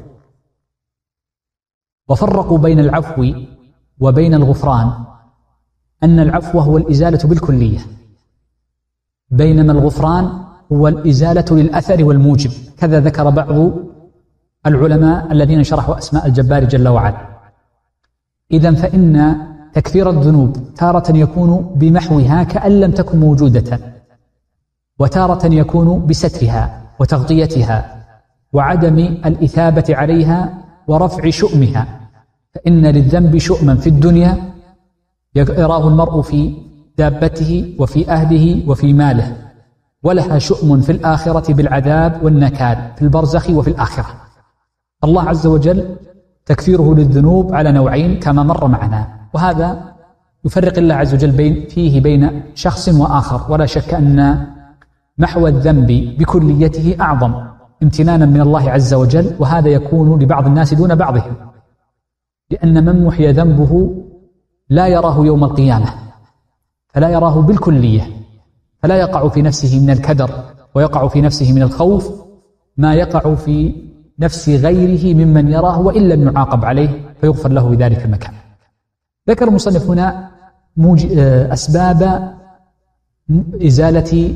وفرقوا بين العفو وبين الغفران، أن العفو هو الإزالة بالكلية، بينما الغفران هو الإزالة للأثر والموجب. كذا ذكر بعض العلماء الذين شرحوا أسماء الجبار جل وعلا. إذن فإن تكفير الذنوب تارة يكون بمحوها كأن لم تكن موجودة، وتارة يكون بسترها وتغطيتها وعدم الإثابة عليها ورفع شؤمها. فإن للذنب شؤما في الدنيا يراه المرء في دابته وفي أهله وفي ماله، ولها شؤم في الآخرة بالعذاب والنكال في البرزخ وفي الآخرة. الله عز وجل تكفيره للذنوب على نوعين كما مر معنا، وهذا يفرق الله عز وجل فيه بين شخص وآخر. ولا شك أن محو الذنب بكليته أعظم امتنانا من الله عز وجل، وهذا يكون لبعض الناس دون بعضهم، لأن من محي ذنبه لا يراه يوم القيامة، فلا يراه بالكلية، فلا يقع في نفسه من الكدر ويقع في نفسه من الخوف ما يقع في نفس غيره ممن يراه وإن لم يعاقب عليه فيغفر له بذلك المكان. ذكر المصنف هنا أسباب إزالة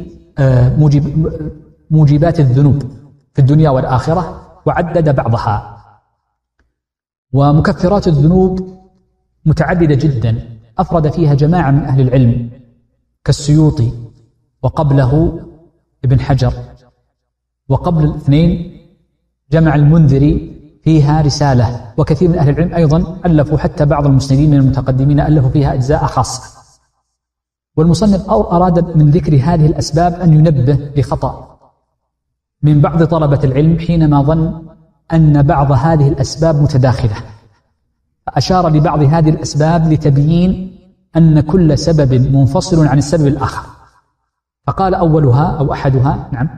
موجبات الذنوب في الدنيا والآخرة، وعدد بعضها. ومكفرات الذنوب متعددة جدا، أفرد فيها جماعة من أهل العلم كالسيوطي، وقبله ابن حجر، وقبل الاثنين جمع المنذري فيها رسالة، وكثير من أهل العلم أيضا ألفوا، حتى بعض المسندين من المتقدمين ألفوا فيها أجزاء خاصة. والمصنف أراد من ذكر هذه الأسباب أن ينبه لخطأ من بعض طلبة العلم حينما ظن أن بعض هذه الأسباب متداخلة، فأشار لبعض هذه الأسباب لتبيين أن كل سبب منفصل عن السبب الآخر، فقال أولها أو أحدها نعم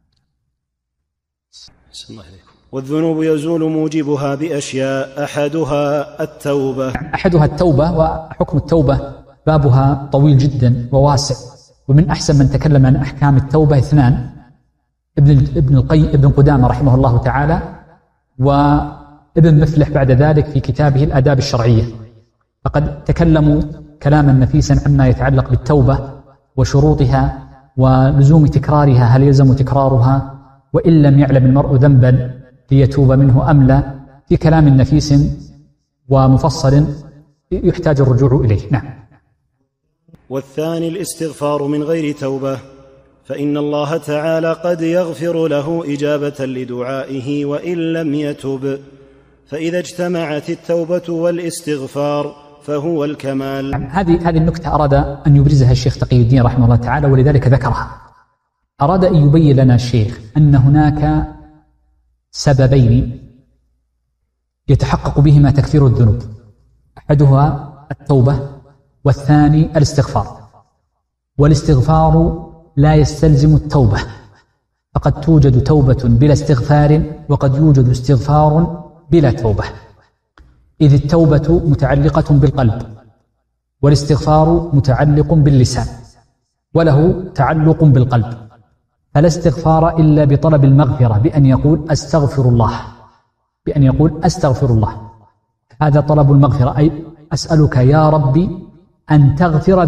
والذنوب يزول موجبها بأشياء، أحدها التوبة. أحدها التوبة، وحكم التوبة بابها طويل جدا وواسع، ومن أحسن من تكلم عن أحكام التوبة اثنان، ابن قدامة رحمه الله تعالى، وابن مفلح بعد ذلك في كتابه الآداب الشرعية، فقد تكلموا كلاما نفيسا عما يتعلق بالتوبة وشروطها ولزوم تكرارها، هل يلزم تكرارها وإن لم يعلم المرء ذنبا ليتوب منه أم لا، في كلام نفيس ومفصل يحتاج الرجوع إليه. نعم. والثاني الاستغفار من غير توبة، فإن الله تعالى قد يغفر له إجابة لدعائه وإن لم يتب، فإذا اجتمعت التوبة والاستغفار فهو الكمال. هذه النكتة أراد أن يبرزها الشيخ تقي الدين رحمه الله تعالى، ولذلك ذكرها. أراد أن يبين لنا الشيخ أن هناك سببين يتحقق بهما تكفير الذنوب، أحدها التوبة والثاني الاستغفار. والاستغفار لا يستلزم التوبة، فقد توجد توبة بلا استغفار وقد يوجد استغفار بلا توبة، إذ التوبة متعلقة بالقلب والاستغفار متعلق باللسان وله تعلق بالقلب، فلا استغفار إلا بطلب المغفرة بأن يقول أستغفر الله، هذا طلب المغفرة، أي أسألك يا ربي أن تغفر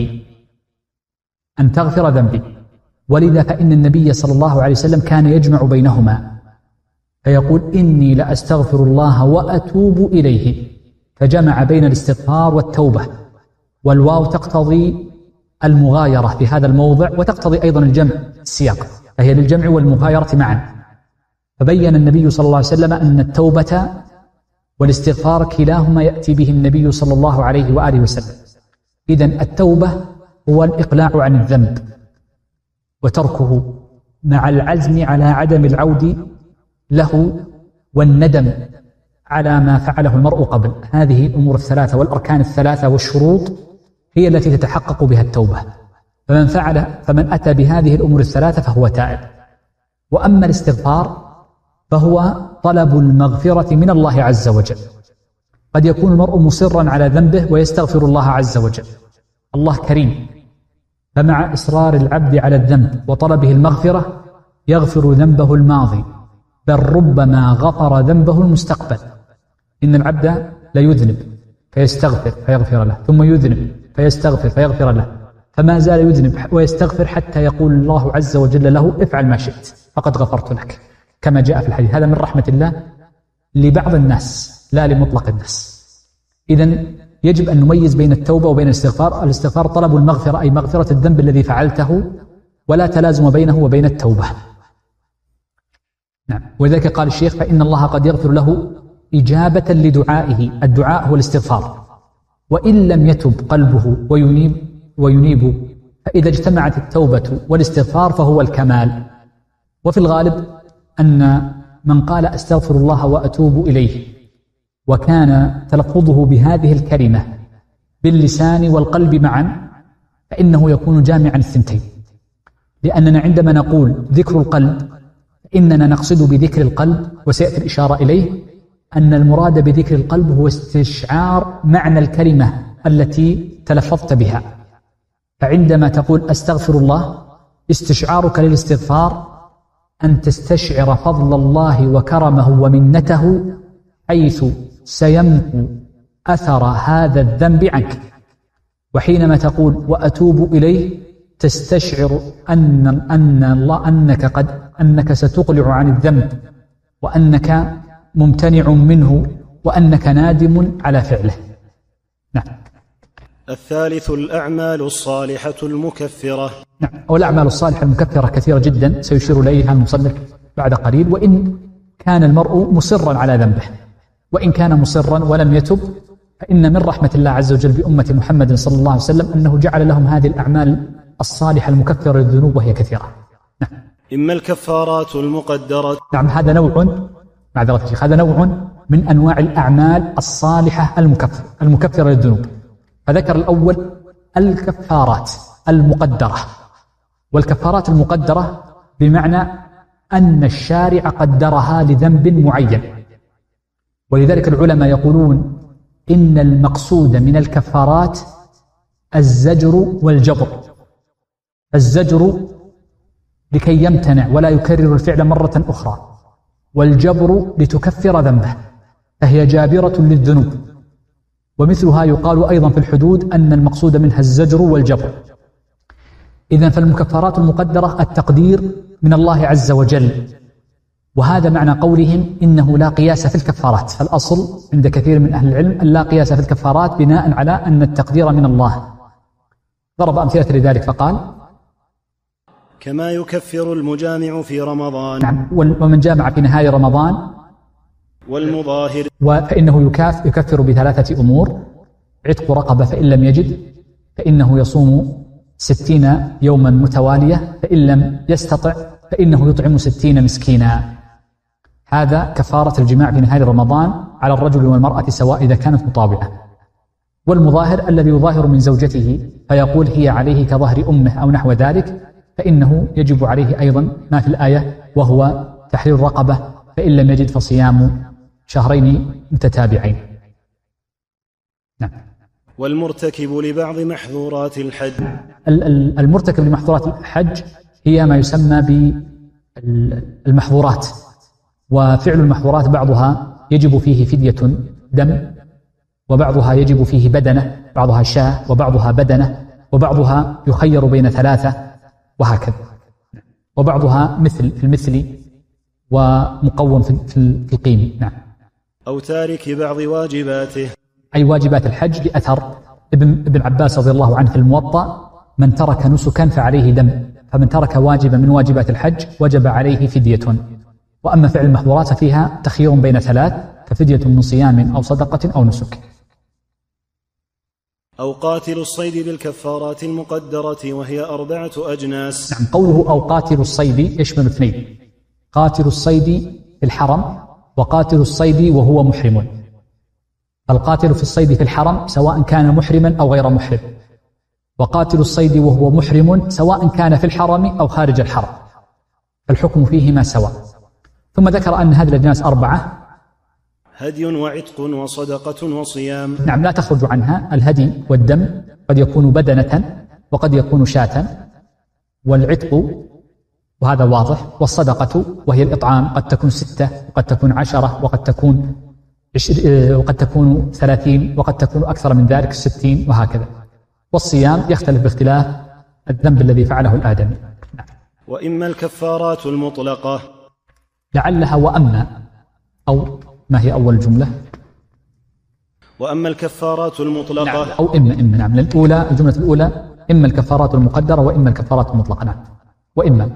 ذنبي. ولذا فإن النبي صلى الله عليه وسلم كان يجمع بينهما فيقول إني لأستغفر الله وأتوب إليه، فجمع بين الاستغفار والتوبة، والواو تقتضي المغايرة في هذا الموضع وتقتضي أيضا الجمع السياق، فهي للجمع والمغايرة معا. فبين النبي صلى الله عليه وسلم أن التوبة والاستغفار كلاهما يأتي به النبي صلى الله عليه وآله وسلم. إذن التوبة هو الإقلاع عن الذنب وتركه مع العزم على عدم العود له والندم على ما فعله المرء قبل. هذه الأمور الثلاثة والأركان الثلاثة والشروط هي التي تتحقق بها التوبة، فمن أتى بهذه الأمور الثلاثة فهو تائب. وأما الاستغفار فهو طلب المغفرة من الله عز وجل. قد يكون المرء مصرا على ذنبه ويستغفر الله عز وجل، الله كريم، فمع إصرار العبد على الذنب وطلبه المغفرة يغفر ذنبه الماضي، بل ربما غفر ذنبه المستقبل. إن العبد لا يذنب فيستغفر فيغفر له، ثم يذنب فيستغفر فيغفر له، فما زال يذنب ويستغفر حتى يقول الله عز وجل له افعل ما شئت فقد غفرت لك، كما جاء في الحديث. هذا من رحمة الله لبعض الناس لا لمطلق الناس. إذن يجب أن نميز بين التوبة وبين الاستغفار. الاستغفار طلب المغفرة، أي مغفرة الذنب الذي فعلته، ولا تلازم بينه وبين التوبة. نعم. ولذلك قال الشيخ فإن الله قد يغفر له إجابة لدعائه، الدعاء هو الاستغفار، وإن لم يتب قلبه وينيب فإذا اجتمعت التوبة والاستغفار فهو الكمال. وفي الغالب أن من قال أستغفر الله وأتوب إليه وكان تلفظه بهذه الكلمة باللسان والقلب معا فإنه يكون جامعا الثنتين، لأننا عندما نقول ذكر القلب إننا نقصد بذكر القلب، وسيأتي الإشارة إليه، أن المراد بذكر القلب هو استشعار معنى الكلمة التي تلفظت بها. فعندما تقول أستغفر الله استشعارك للاستغفار أن تستشعر فضل الله وكرمه ومنته حيث سيمحو أثر هذا الذنب عنك. وحينما تقول وأتوب إليه تستشعر أنك ستقلع عن الذنب وأنك ممتنع منه وأنك نادم على فعله. نعم. الثالث الأعمال الصالحة المكفرة. نعم. والأعمال الصالحة المكفرة كثيرة جدا سيشير إليها المصنف بعد قليل. وإن كان المرء مصرا على ذنبه، وإن كان مصرا ولم يتب، فإن من رحمة الله عز وجل بأمة محمد صلى الله عليه وسلم أنه جعل لهم هذه الأعمال الصالحة المكفرة للذنوب وهي كثيرة. نعم. إما الكفارات المقدرة. نعم. هذا نوع، معذرة يا شيخ، هذا نوع من أنواع الأعمال الصالحة المكفرة للذنوب. فذكر الأول الكفارات المقدرة. والكفارات المقدرة بمعنى أن الشارع قدرها لذنب معين. ولذلك العلماء يقولون إن المقصود من الكفارات الزجر والجبر. الزجر لكي يمتنع ولا يكرر الفعل مرة أخرى، والجبر لتكفر ذنبه، فهي جابرة للذنوب. ومثلها يقال أيضا في الحدود أن المقصود منها الزجر والجبر. إذن فالمكفارات المقدرة التقدير من الله عز وجل، وهذا معنى قولهم إنه لا قياس في الكفارات. فالأصل عند كثير من أهل العلم أن لا قياس في الكفارات بناء على أن التقدير من الله. ضرب أمثلة لذلك فقال كما يكفر المجامع في رمضان. نعم. ومن جامع في نهاية رمضان والمظاهر، فإنه يكفر بثلاثة أمور: عتق رقبة فإن لم يجد فإنه يصوم 60 يوما متوالية، فإن لم يستطع فإنه يطعم 60 مسكينا. هذا كفارة الجماع في نهاية رمضان على الرجل والمرأة سواء إذا كانت مطابعة. والمظاهر الذي يظاهر من زوجته فيقول هي عليه كظهر أمه أو نحو ذلك، فإنه يجب عليه أيضا ما في الآية وهو تحرير رقبة، فإن لم يجد فصيام شهرين متتابعين. نعم. والمرتكب لبعض محظورات الحج. المرتكب لمحظورات الحج هي ما يسمى بالمحظورات، وفعل المحظورات بعضها يجب فيه فدية دم، وبعضها يجب فيه بدنة، بعضها شاة وبعضها بدنة، وبعضها يخير بين ثلاثة وهكذا، وبعضها مثل في المثل ومقوم في القيمة. نعم. أو تارك بعض واجباته، أي واجبات الحج، لأثر ابن عباس رضي الله عنه في الموطأ: من ترك نسكا فعليه دم، فمن ترك واجبا من واجبات الحج وجب عليه فدية. وأما فعل المحظورات فيها تخيير بين ثلاث، ففدية من صيام أو صدقة أو نسك. أو قاتل الصيد بالكفارات المقدرة وهي 4 أجناس. نعم. قوله أو قاتل الصيد يشمل اثنين: قاتل الصيد في الحرم وقاتل الصيد وهو محرم. فالقاتل في الصيد في الحرم سواء كان محرما أو غير محرم، وقاتل الصيد وهو محرم سواء كان في الحرم أو خارج الحرم، فالحكم فيهما سواء. ثم ذكر أن هذه الأجناس 4: هدي وعتق وصدقة وصيام. نعم، لا تخرج عنها. الهدي والدم قد يكون بدنة وقد يكون شاة، والعتق وهذا واضح، والصدقة وهي الإطعام قد تكون 6 وقد تكون 10 وقد تكون 30 وقد تكون أكثر من ذلك 60 وهكذا. والصيام يختلف باختلاف الذنب الذي فعله الآدمي. نعم. وإما الكفارات المطلقة، لعلها وأما، أو ما هي أول جملة؟ وأما الكفارات المطلقة. نعم. أو إما. نعم. الأولى، الجملة الأولى: إما الكفارات المقدرة وإما الكفارات المطلقة. نعم. وإما.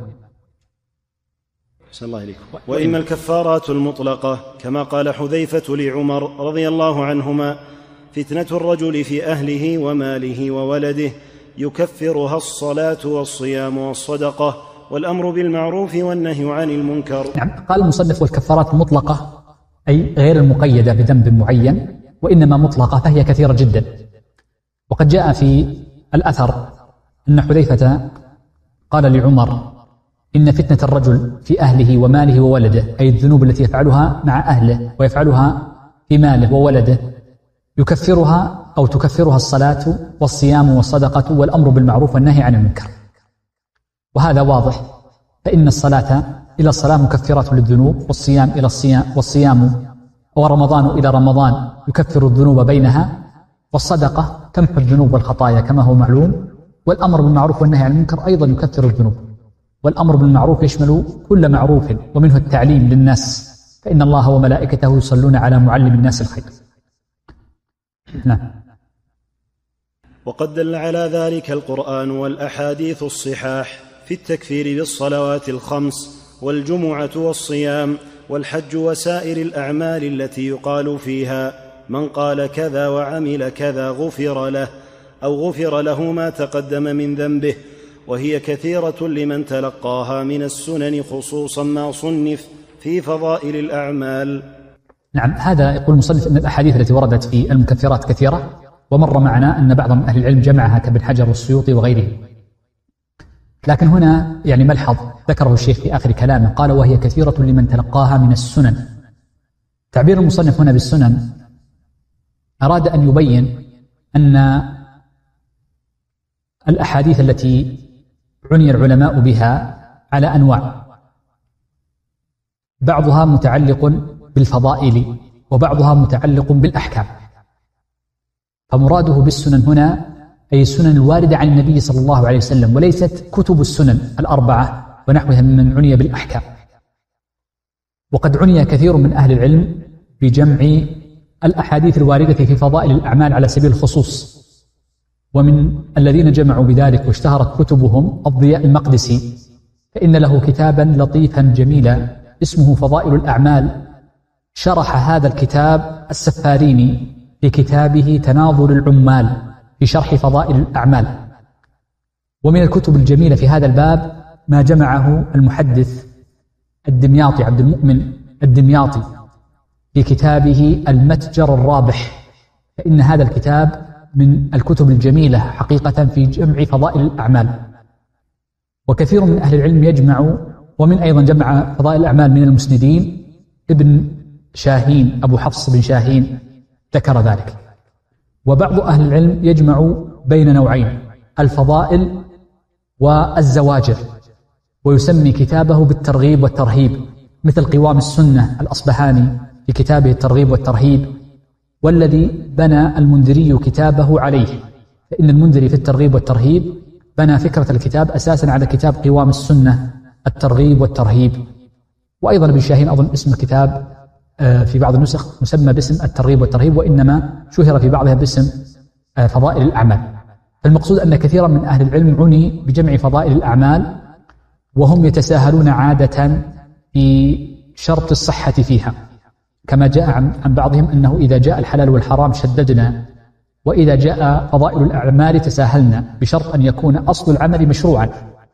الله إليكم. وإما الكفارات المطلقة، كما قال حذيفة لعمر رضي الله عنهما: فتنة الرجل في أهله وماله وولده يكفرها الصلاة والصيام والصدقة والأمر بالمعروف والنهي عن المنكر. نعم. قال المصنف: والكفارات المطلقة أي غير المقيدة بذنب معين، وإنما مطلقة فهي كثيرة جدا. وقد جاء في الأثر أن حذيفة قال لعمر: إن فتنة الرجل في أهله وماله وولده، أي الذنوب التي يفعلها مع أهله ويفعلها في ماله وولده، يكفرها أو تكفرها الصلاة والصيام والصدقة والأمر بالمعروف والنهي عن المنكر. وهذا واضح، فإن الصلاة إلى الصلاة مكفرات للذنوب، والصيام إلى الصيام، والصيام ورمضان إلى رمضان يكفر الذنوب بينها، والصدقة تمحو الذنوب والخطايا كما هو معلوم، والأمر بالمعروف والنهي عن المنكر أيضا يكفر الذنوب. والأمر بالمعروف يشمل كل معروف، ومنه التعليم للناس، فإن الله وملائكته يصلون على معلم الناس الخير. نعم. وقد دل على ذلك القرآن والأحاديث الصحاح في التكفير بالصلوات الخمس والجمعة والصيام والحج وسائر الأعمال التي يقال فيها: من قال كذا وعمل كذا غفر له، أو غفر له ما تقدم من ذنبه، وهي كثيرة لمن تلقاها من السنن، خصوصا ما صنف في فضائل الأعمال. نعم. هذا يقول المصنف أن الأحاديث التي وردت في المكفرات كثيرة، ومر معنا أن بعض من أهل العلم جمعها كابن حجر والسيوطي وغيره. لكن هنا يعني ملحظ ذكره الشيخ في آخر كلامه، قال: وهي كثيرة لمن تلقاها من السنن. تعبير المصنف هنا بالسنن أراد أن يبين أن الأحاديث التي عني العلماء بها على أنواع، بعضها متعلق بالفضائل وبعضها متعلق بالأحكام. فمراده بالسنن هنا أي السنن الواردة عن النبي صلى الله عليه وسلم، وليست كتب السنن 4 ونحوها ممن عني بالأحكام. وقد عني كثير من أهل العلم بجمع الأحاديث الواردة في فضائل الأعمال على سبيل الخصوص، ومن الذين جمعوا بذلك واشتهرت كتبهم الضياء المقدسي، فإن له كتابا لطيفا جميلا اسمه فضائل الأعمال. شرح هذا الكتاب السفاريني في كتابه تناظر العمال في شرح فضائل الأعمال. ومن الكتب الجميلة في هذا الباب ما جمعه المحدث الدمياطي عبد المؤمن الدمياطي في كتابه المتجر الرابح، فإن هذا الكتاب من الكتب الجميلة حقيقة في جمع فضائل الأعمال، وكثير من أهل العلم يجمع، ومن أيضا جمع فضائل الأعمال من المسندين ابن شاهين أبو حفص بن شاهين ذكر ذلك. وبعض أهل العلم يجمع بين نوعين، الفضائل والزواجر، ويسمي كتابه بالترغيب والترهيب، مثل قوام السنة الأصبهاني في كتابه الترغيب والترهيب، والذي بنى المنذري كتابه عليه، فإن المنذري في الترغيب والترهيب بنى فكرة الكتاب أساسا على كتاب قوام السنة الترغيب والترهيب. وأيضا ابن شاهين أظن اسم الكتاب في بعض النسخ مسمى باسم الترغيب والترهيب، وإنما شهر في بعضها باسم فضائل الأعمال. المقصود أن كثيرا من أهل العلم عني بجمع فضائل الأعمال، وهم يتساهلون عادة في شرط الصحة فيها، كما جاء عن بعضهم أنه إذا جاء الحلال والحرام شددنا، وإذا جاء فضائل الأعمال تساهلنا، بشرط أن يكون أصل العمل مشروعا،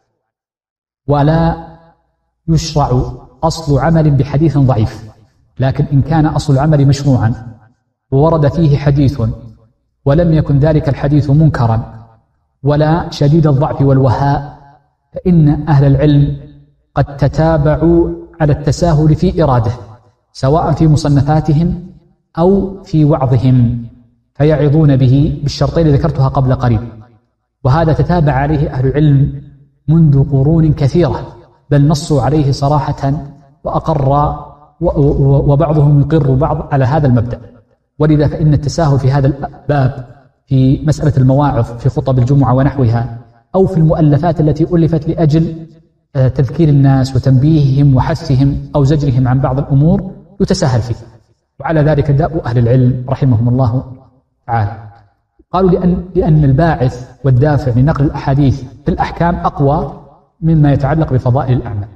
ولا يشرع أصل عمل بحديث ضعيف. لكن إن كان أصل العمل مشروعا وورد فيه حديث ولم يكن ذلك الحديث منكرا ولا شديد الضعف والوهاء، فإن أهل العلم قد تتابعوا على التساهل في إراده، سواء في مصنفاتهم أو في وعظهم، فيعظون به بالشرطين الذي ذكرتها قبل قليل. وهذا تتابع عليه أهل العلم منذ قرون كثيرة، بل نصوا عليه صراحة وأقر، وبعضهم يقر بعض على هذا المبدأ. ولذا فإن التساهل في هذا الباب في مسألة المواعظ في خطب الجمعة ونحوها، أو في المؤلفات التي ألفت لأجل تذكير الناس وتنبيههم وحثهم أو زجرهم عن بعض الأمور، يتساهل فيه. وعلى ذلك دأب أهل العلم رحمهم الله تعالى. قالوا لأن الباعث والدافع لنقل الأحاديث في الأحكام أقوى مما يتعلق بفضائل الأعمال.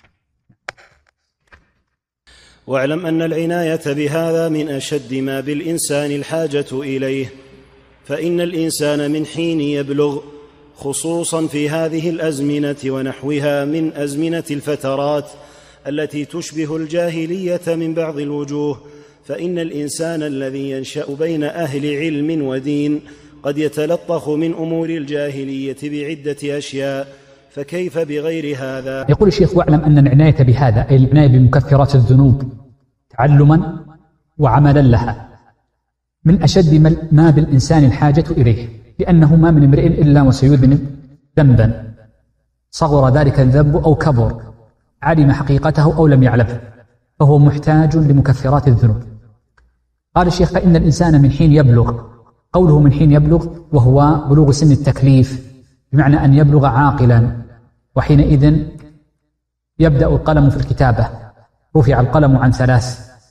واعلم أن العناية بهذا من أشد ما بالإنسان الحاجة إليه، فإن الإنسان من حين يبلغ، خصوصا في هذه الأزمنة ونحوها من أزمنة الفترات التي تشبه الجاهلية من بعض الوجوه، فإن الإنسان الذي ينشأ بين أهل علم ودين قد يتلطخ من أمور الجاهلية بعدة أشياء، فكيف بغير هذا؟ يقول الشيخ: واعلم أن العناية بهذا، أي العناية بمكفرات الذنوب تعلما وعملا لها، من أشد ما بالإنسان الحاجة إليه، لأنه ما من امرئ إلا وسيذنب ذنبا، صغر ذلك الذنب أو كبر، علم حقيقته أو لم يعلمه، فهو محتاج لمكفرات الذنوب. قال الشيخ: فإن الإنسان من حين يبلغ، قوله من حين يبلغ وهو بلوغ سن التكليف، بمعنى أن يبلغ عاقلا، وحينئذ يبدأ القلم في الكتابة، رفع القلم عن 3،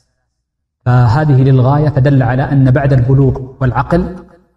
فهذه للغاية، فدل على أن بعد البلوغ والعقل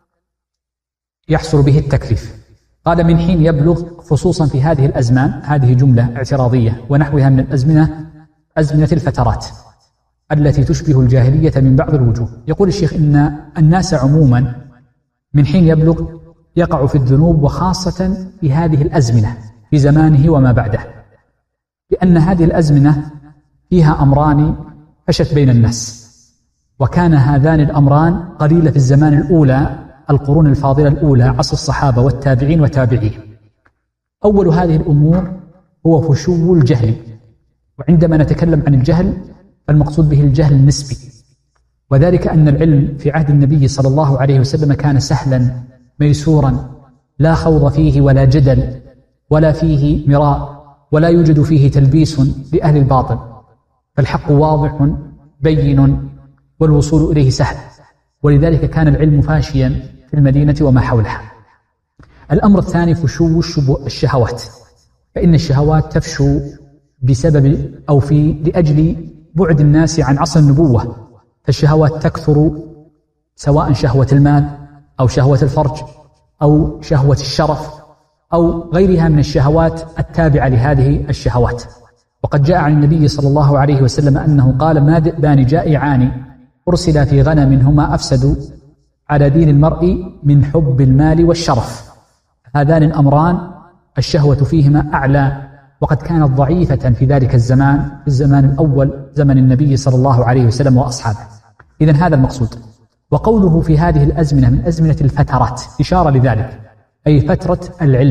يحصل به التكليف. قال من حين يبلغ، خصوصا في هذه الأزمان، هذه جملة اعتراضية، ونحوها من الأزمنة، أزمنة الفترات التي تشبه الجاهلية من بعض الوجوه. يقول الشيخ إن الناس عموما من حين يبلغ يقع في الذنوب، وخاصة في هذه الأزمنة في زمانه وما بعده، لأن هذه الأزمنة فيها أمران فشت بين الناس، وكان هذان الأمران قليلة في الزمان الأولى، القرون الفاضلة الأولى، عصر الصحابة والتابعين وتابعيهم. أول هذه الأمور هو فشو الجهل، وعندما نتكلم عن الجهل فالمقصود به الجهل النسبي، وذلك أن العلم في عهد النبي صلى الله عليه وسلم كان سهلا ميسورا، لا خوض فيه ولا جدل ولا فيه مراء، ولا يوجد فيه تلبيس لأهل الباطل، فالحق واضح بين والوصول إليه سهل، ولذلك كان العلم فاشيا في المدينة وما حولها. الأمر الثاني فشو الشهوات، فإن الشهوات تفشو بسبب أو لأجل بعد الناس عن عصر النبوة، فالشهوات تكثر، سواء شهوة المال أو شهوة الفرج أو شهوة الشرف أو غيرها من الشهوات التابعة لهذه الشهوات. وقد جاء عن النبي صلى الله عليه وسلم أنه قال: ما ذئبان جائعان أرسل في غنم هما أفسد على دين المرء من حب المال والشرف. هذان الأمران الشهوة فيهما أعلى، وقد كانت ضعيفة في ذلك الزمان، في الزمان الأول، زمن النبي صلى الله عليه وسلم وأصحابه. إذن هذا المقصود. وقوله في هذه الأزمنة من أزمنة الفترات إشارة لذلك، أي فترة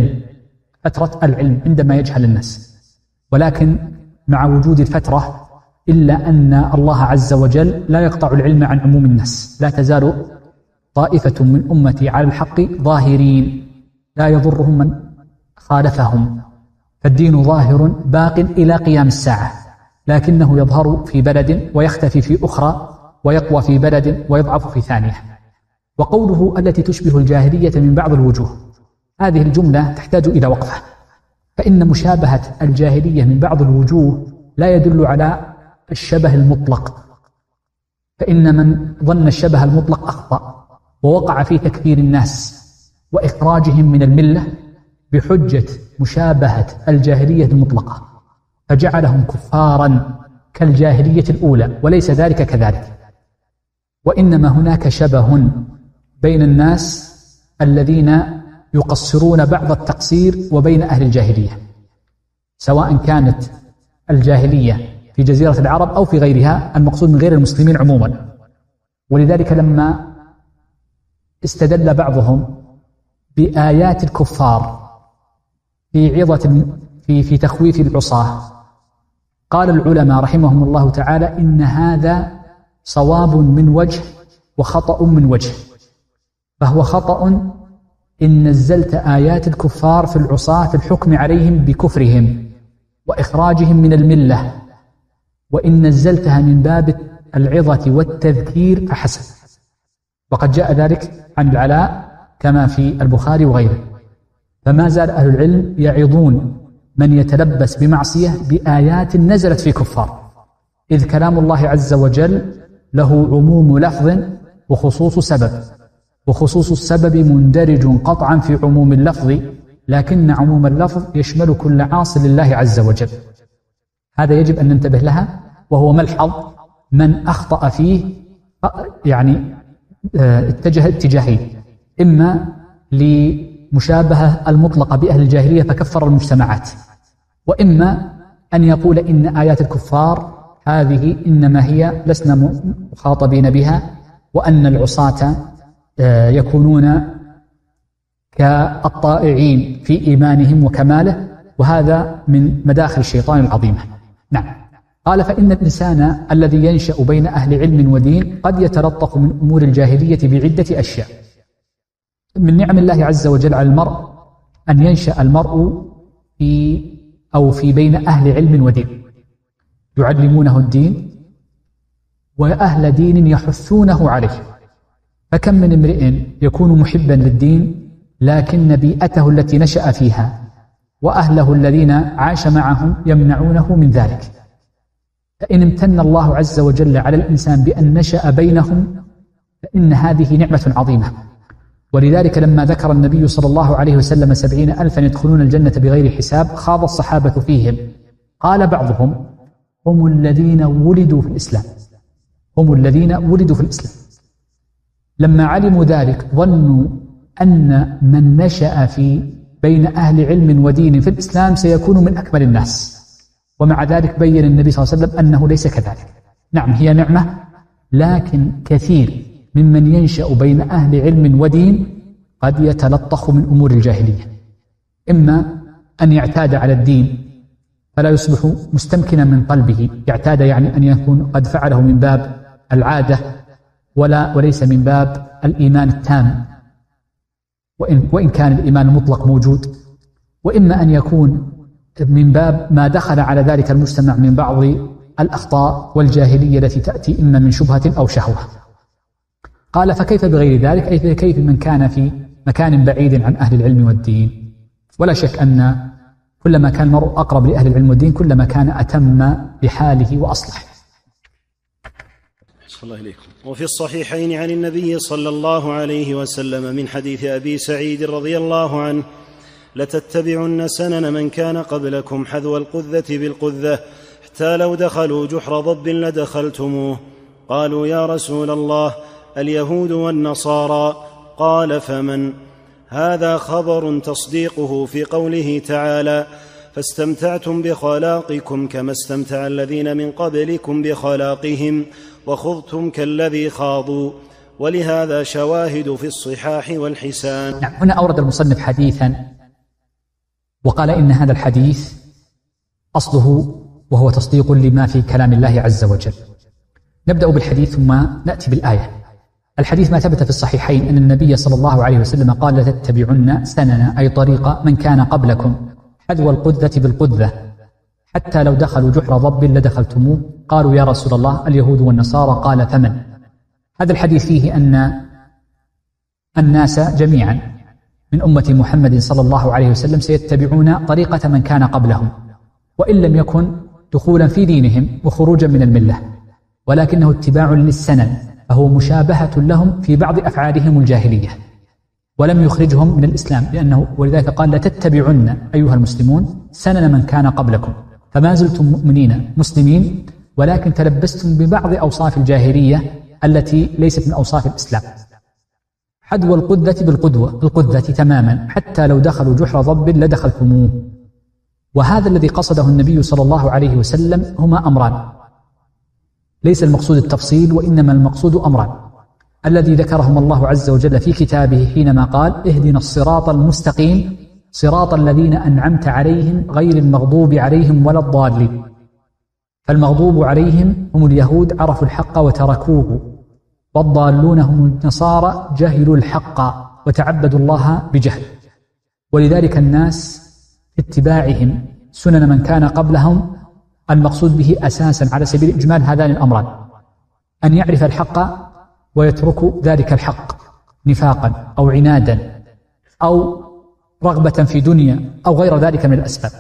العلم عندما يجهل الناس. ولكن مع وجود الفترة إلا أن الله عز وجل لا يقطع العلم عن عموم الناس. لا تزال طائفة من أمتي على الحق ظاهرين لا يضرهم من خالفهم، فالدين ظاهر باق إلى قيام الساعة، لكنه يظهر في بلد ويختفي في أخرى، ويقوى في بلد ويضعف في ثانية. وقوله التي تشبه الجاهلية من بعض الوجوه، هذه الجملة تحتاج إلى وقفة، فإن مشابهة الجاهلية من بعض الوجوه لا يدل على الشبه المطلق، فإن من ظن الشبه المطلق أخطأ ووقع في تكفير الناس وإخراجهم من الملة بحجة مشابهة الجاهلية المطلقة، فجعلهم كفارا كالجاهلية الأولى، وليس ذلك كذلك. وإنما هناك شبه بين الناس الذين يقصرون بعض التقصير وبين أهل الجاهلية، سواء كانت الجاهلية في جزيرة العرب أو في غيرها، المقصود من غير المسلمين عموما. ولذلك لما استدل بعضهم بآيات الكفار في عظة في تخويف العصاة، قال العلماء رحمهم الله تعالى إن هذا صواب من وجه وخطأ من وجه. فهو خطأ إن نزلت آيات الكفار في العصاة في الحكم عليهم بكفرهم وإخراجهم من الملة، وإن نزلتها من باب العظة والتذكير فحسب. وقد جاء ذلك عن العلاء كما في البخاري وغيره. فما زال أهل العلم يعظون من يتلبس بمعصية بآيات نزلت في كفار، إذ كلام الله عز وجل له عموم لفظ وخصوص سبب، وخصوص السبب مندرج قطعا في عموم اللفظ، لكن عموم اللفظ يشمل كل عاص لله عز وجل. هذا يجب أن ننتبه لها، وهو ملحظ من أخطأ فيه، يعني اتجه اتجاهين: إما لمشابهة المطلقة بأهل الجاهلية فكفر المجتمعات، وإما أن يقول إن آيات الكفار هذه إنما هي لسنا مخاطبين بها، وأن العصاة يكونون كالطائعين في إيمانهم وكماله، وهذا من مداخل الشيطان العظيمة. نعم. قال: فإن الإنسان الذي ينشأ بين أهل علم ودين قد يتلطف من أمور الجاهلية بعدة أشياء. من نعم الله عز وجل على المرء أن ينشأ المرء في بين أهل علم ودين يعلمونه الدين، وأهل دين يحثونه عليه. فكم من امرئ يكون محبا للدين لكن بيئته التي نشأ فيها وأهله الذين عاش معهم يمنعونه من ذلك. فإن امتن الله عز وجل على الإنسان بأن نشأ بينهم فإن هذه نعمة عظيمة. ولذلك لما ذكر النبي صلى الله عليه وسلم 70,000 يدخلون الجنة بغير حساب خاض الصحابة فيهم. قال بعضهم: هم الذين ولدوا في الإسلام، هم الذين ولدوا في الإسلام. لما علموا ذلك ظنوا أن من نشأ بين أهل علم ودين في الإسلام سيكون من أكمل الناس، ومع ذلك بين النبي صلى الله عليه وسلم أنه ليس كذلك. نعم هي نعمة، لكن كثير ممن ينشأ بين أهل علم ودين قد يتلطخ من أمور الجاهلية، إما أن يعتاد على الدين فلا يصبح مستمكنا من قلبه، يعتاد يعني أن يكون قد فعله من باب العادة وليس من باب الإيمان التام، وإن كان الإيمان المطلق موجود، وإما أن يكون من باب ما دخل على ذلك المجتمع من بعض الأخطاء والجاهلية التي تأتي إما من شبهة أو شهوة. قال: فكيف بغير ذلك؟ أي كيف من كان في مكان بعيد عن أهل العلم والدين. ولا شك أن كلما كان المرء أقرب لأهل العلم والدين كلما كان أتم بحاله وأصلح. الله إليكم. وفي الصحيحين عن النبي صلى الله عليه وسلم من حديث أبي سعيد رضي الله عنه: لتتبعن سنن من كان قبلكم حذو القذة بالقذة، حتى لو دخلوا جحر ضب لدخلتموه. قالوا: يا رسول الله، اليهود والنصارى. قال: فمن؟ هذا خبر تصديقه في قوله تعالى: فاستمتعتم بخلاقكم كما استمتع الذين من قبلكم بخلاقهم وخضتم كالذي خاضوا. ولهذا شواهد في الصحاح والحسان. نعم، هنا أورد المصنف حديثا وقال إن هذا الحديث أصله وهو تصديق لما في كلام الله عز وجل. نبدأ بالحديث ثم نأتي بالآية. الحديث ما ثبت في الصحيحين أن النبي صلى الله عليه وسلم قال: لتتبعن سنن أي طريق من كان قبلكم حذو القذة بالقذة حتى لو دخلوا جحر ضب لدخلتموه. قالوا: يا رسول الله اليهود والنصارى؟ قال: فمن؟ هذا الحديث فيه أن الناس جميعا من أمة محمد صلى الله عليه وسلم سيتبعون طريقة من كان قبلهم، وإن لم يكن دخولا في دينهم وخروجا من الملة، ولكنه اتباع للسنن، فهو مشابهة لهم في بعض أفعالهم الجاهلية ولم يخرجهم من الإسلام، ولذلك قال: لتتبعن أيها المسلمون سنن من كان قبلكم، فما زلتم مؤمنين مسلمين ولكن تلبستم ببعض أوصاف الجاهلية التي ليست من أوصاف الإسلام. حذو القذة بالقذة تماما حتى لو دخلوا جحر ضب لدخلتموه. وهذا الذي قصده النبي صلى الله عليه وسلم هما أمران، ليس المقصود التفصيل وإنما المقصود أمران، الذي ذكرهما الله عز وجل في كتابه حينما قال: اهدنا الصراط المستقيم صراط الذين أنعمت عليهم غير المغضوب عليهم ولا الضالين. فالمغضوب عليهم هم اليهود عرفوا الحق وتركوه، والضالون هم النصارى جهلوا الحق وتعبدوا الله بجهل. ولذلك الناس في اتباعهم سنن من كان قبلهم المقصود به أساسا على سبيل الإجمال هذان الأمران: أن يعرف الحق ويترك ذلك الحق نفاقا أو عنادا أو رغبة في دنيا أو غير ذلك من الأسباب.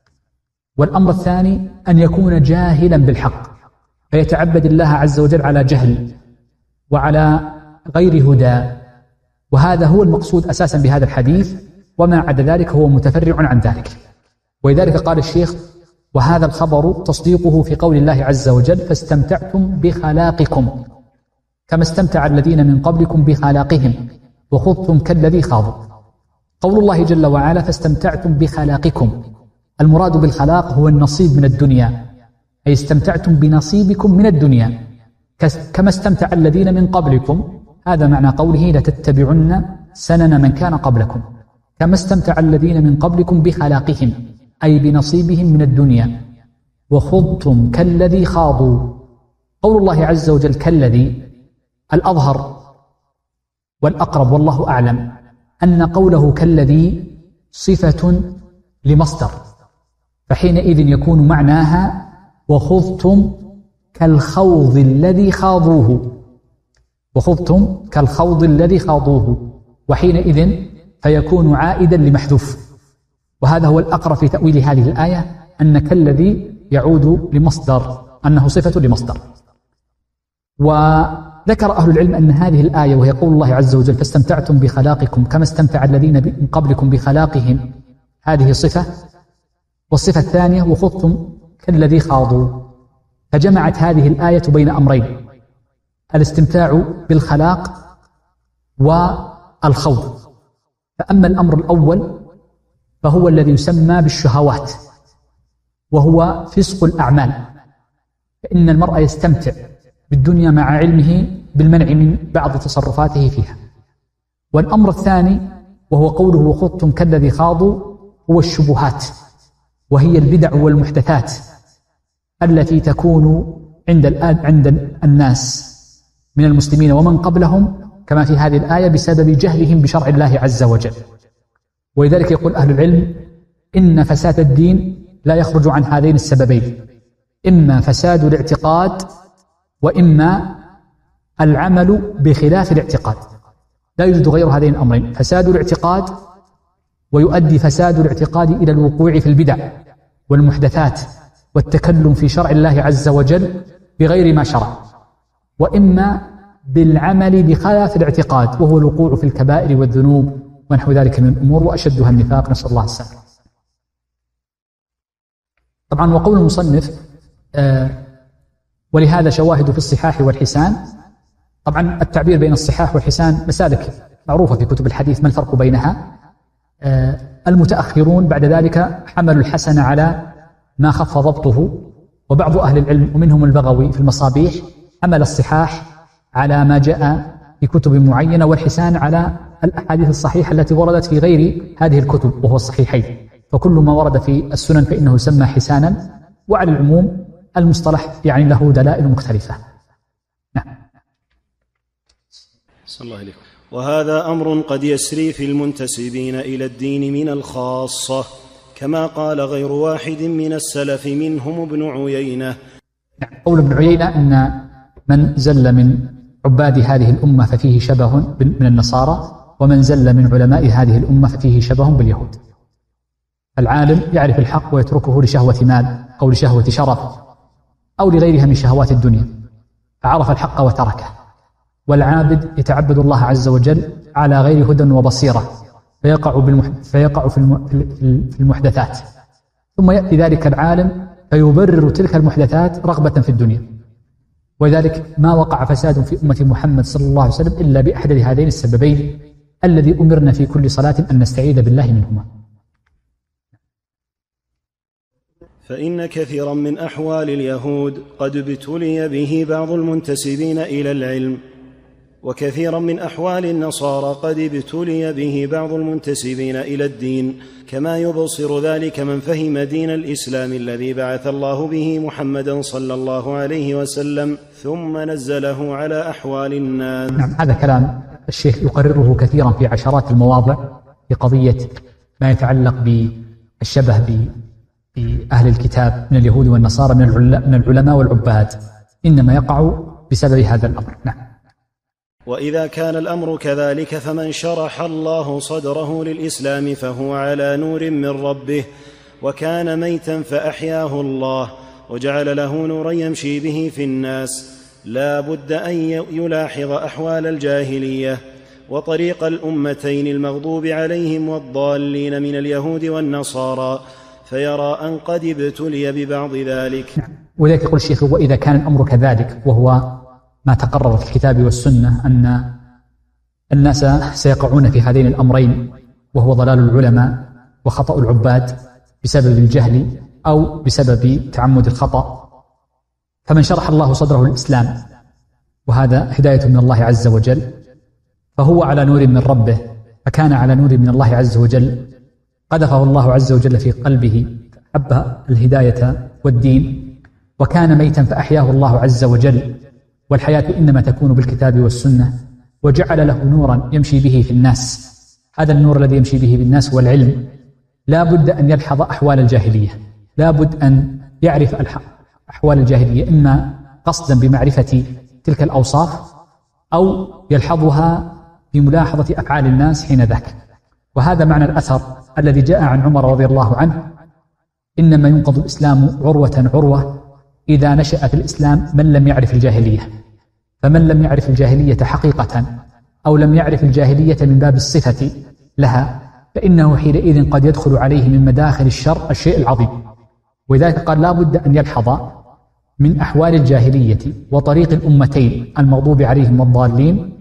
والأمر الثاني أن يكون جاهلا بالحق فيتعبد الله عز وجل على جهل وعلى غير هدى، وهذا هو المقصود أساسا بهذا الحديث، وما عدا ذلك هو متفرع عن ذلك. ولذلك قال الشيخ: وهذا الخبر تصديقه في قول الله عز وجل: فاستمتعتم بخلاقكم كما استمتع الذين من قبلكم بخلاقهم وخضتم كالذي خاضوا. قول الله جل وعلا: فاستمتعتم بخلاقكم، المراد بالخلاق هو النصيب من الدنيا، أي استمتعتم بنصيبكم من الدنيا كما استمتع الذين من قبلكم. هذا معنى قوله: لتتبعن سنن من كان قبلكم كما استمتع الذين من قبلكم بخلاقهم أي بنصيبهم من الدنيا، وخضتم كالذي خاضوا. قول الله عز وجل كالذي، الأظهر والأقرب والله أعلم أن قوله كالذي صفة لمصدر، فحينئذ يكون معناها وخضتم كالخوض الذي خاضوه، وخضتم كالخوض الذي خاضوه، وحينئذ فيكون عائدا لمحذوف. وهذا هو الأقرب في تأويل هذه الآية، أن كالذي يعود لمصدر، أنه صفة لمصدر. وذكر أهل العلم أن هذه الآية وهي قول الله عز وجل: فاستمتعتم بخلاقكم كما استمتع الذين من قبلكم بخلاقهم، هذه صفة، والصفة الثانية وخضتم كالذي خاضوا، فجمعت هذه الآية بين أمرين: الاستمتاع بالخلاق والخوض. فأما الأمر الأول فهو الذي يسمى بالشهوات، وهو فسق الأعمال، فإن المرء يستمتع بالدنيا مع علمه بالمنع من بعض تصرفاته فيها. والأمر الثاني وهو قوله وخضتم كالذي خاضوا هو الشبهات، وهي البدع والمحدثات التي تكون عند الناس من المسلمين ومن قبلهم كما في هذه الآية بسبب جهلهم بشرع الله عز وجل. ولذلك يقول أهل العلم: إن فساد الدين لا يخرج عن هذين السببين، إما فساد الاعتقاد وإما العمل بخلاف الاعتقاد، لا يوجد غير هذين الأمرين: فساد الاعتقاد، ويؤدي فساد الاعتقاد إلى الوقوع في البدع والمحدثات والتكلم في شرع الله عز وجل بغير ما شرع، وإما بالعمل بخلاف الاعتقاد وهو الوقوع في الكبائر والذنوب ونحو ذلك من الأمور، وأشدها النفاق، نسأل الله السلامة. طبعا وقول المصنف ولهذا شواهد في الصحاح والحسان، طبعا التعبير بين الصحاح والحسان مسالك معروفة في كتب الحديث، ما الفرق بينها؟ المتأخرون بعد ذلك حملوا الحسن على ما خف ضبطه، وبعض أهل العلم ومنهم البغوي في المصابيح حمل الصحاح على ما جاء في كتب معينة، والحسان على الأحاديث الصحيحة التي وردت في غير هذه الكتب وهو الصحيحين. فكل ما ورد في السنن فإنه يسمى حسانا، وعلى العموم المصطلح يعني له دلائل مختلفة. نعم. صلى الله عليه. وهذا أمر قد يسري في المنتسبين إلى الدين من الخاصة، كما قال غير واحد من السلف منهم ابن عيينة. قول ابن عيينة أن من زل من عباد هذه الأمة ففيه شبه من النصارى، ومن زل من علماء هذه الأمة ففيه شبه باليهود. العالم يعرف الحق ويتركه لشهوة مال أو لشهوة شرف أو لغيرها من شهوات الدنيا، فعرف الحق وتركه. والعابد يتعبد الله عز وجل على غير هدى وبصيرة، فيقع في المحدثات، ثم يأتي ذلك العالم فيبرر تلك المحدثات رغبة في الدنيا. ولذلك ما وقع فساد في أمة محمد صلى الله عليه وسلم إلا بأحد هذين السببين الذي أمرنا في كل صلاة أن نستعيذ بالله منهما. فإن كثيرا من أحوال اليهود قد ابتلي به بعض المنتسبين إلى العلم، وكثيرا من أحوال النصارى قد ابتلي به بعض المنتسبين إلى الدين، كما يبصر ذلك من فهم دين الإسلام الذي بعث الله به محمدا صلى الله عليه وسلم ثم نزله على أحوال الناس. نعم، هذا كلام الشيخ يقرره كثيرا في عشرات المواضع في قضية ما يتعلق بالشبه بأهل الكتاب من اليهود والنصارى من العلماء والعباد، إنما يقع بسبب هذا الأمر. نعم. وإذا كان الأمر كذلك فمن شرح الله صدره للإسلام فهو على نور من ربه، وكان ميتا فأحياه الله وجعل له نورا يمشي به في الناس، لا بد أن يلاحظ أحوال الجاهلية وطريق الأمتين المغضوب عليهم والضالين من اليهود والنصارى، فيرى أن قد ابتلي ببعض ذلك. ولذلك يقول الشيخ: وإذا كان الأمر كذلك، وهو ما تقرر في الكتاب والسنة أن الناس سيقعون في هذين الأمرين، وهو ضلال العلماء وخطأ العباد بسبب الجهل أو بسبب تعمد الخطأ، فمن شرح الله صدره للإسلام وهذا هداية من الله عز وجل فهو على نور من ربه، فكان على نور من الله عز وجل، قذفه الله عز وجل في قلبه حب الهداية والدين، وكان ميتا فأحياه الله عز وجل، والحياة إنما تكون بالكتاب والسنة، وجعل له نورا يمشي به في الناس. هذا النور الذي يمشي به بالناس هو العلم. لا بد أن يلحظ أحوال الجاهلية، لا بد أن يعرف أحوال الجاهلية، إما قصدا بمعرفة تلك الأوصاف أو يلحظها بملاحظة أفعال الناس حين ذاك. وهذا معنى الأثر الذي جاء عن عمر رضي الله عنه: إنما ينقض الإسلام عروة عروة إذا نشأ في الإسلام من لم يعرف الجاهلية، فمن لم يعرف الجاهلية حقيقة أو لم يعرف الجاهلية من باب الصفة لها فإنه حينئذ قد يدخل عليه من مداخل الشر الشيء العظيم. ولذلك قال: لا بد أن يلحظ من أحوال الجاهلية وطريق الأمتين المغضوب عليهم والضالين،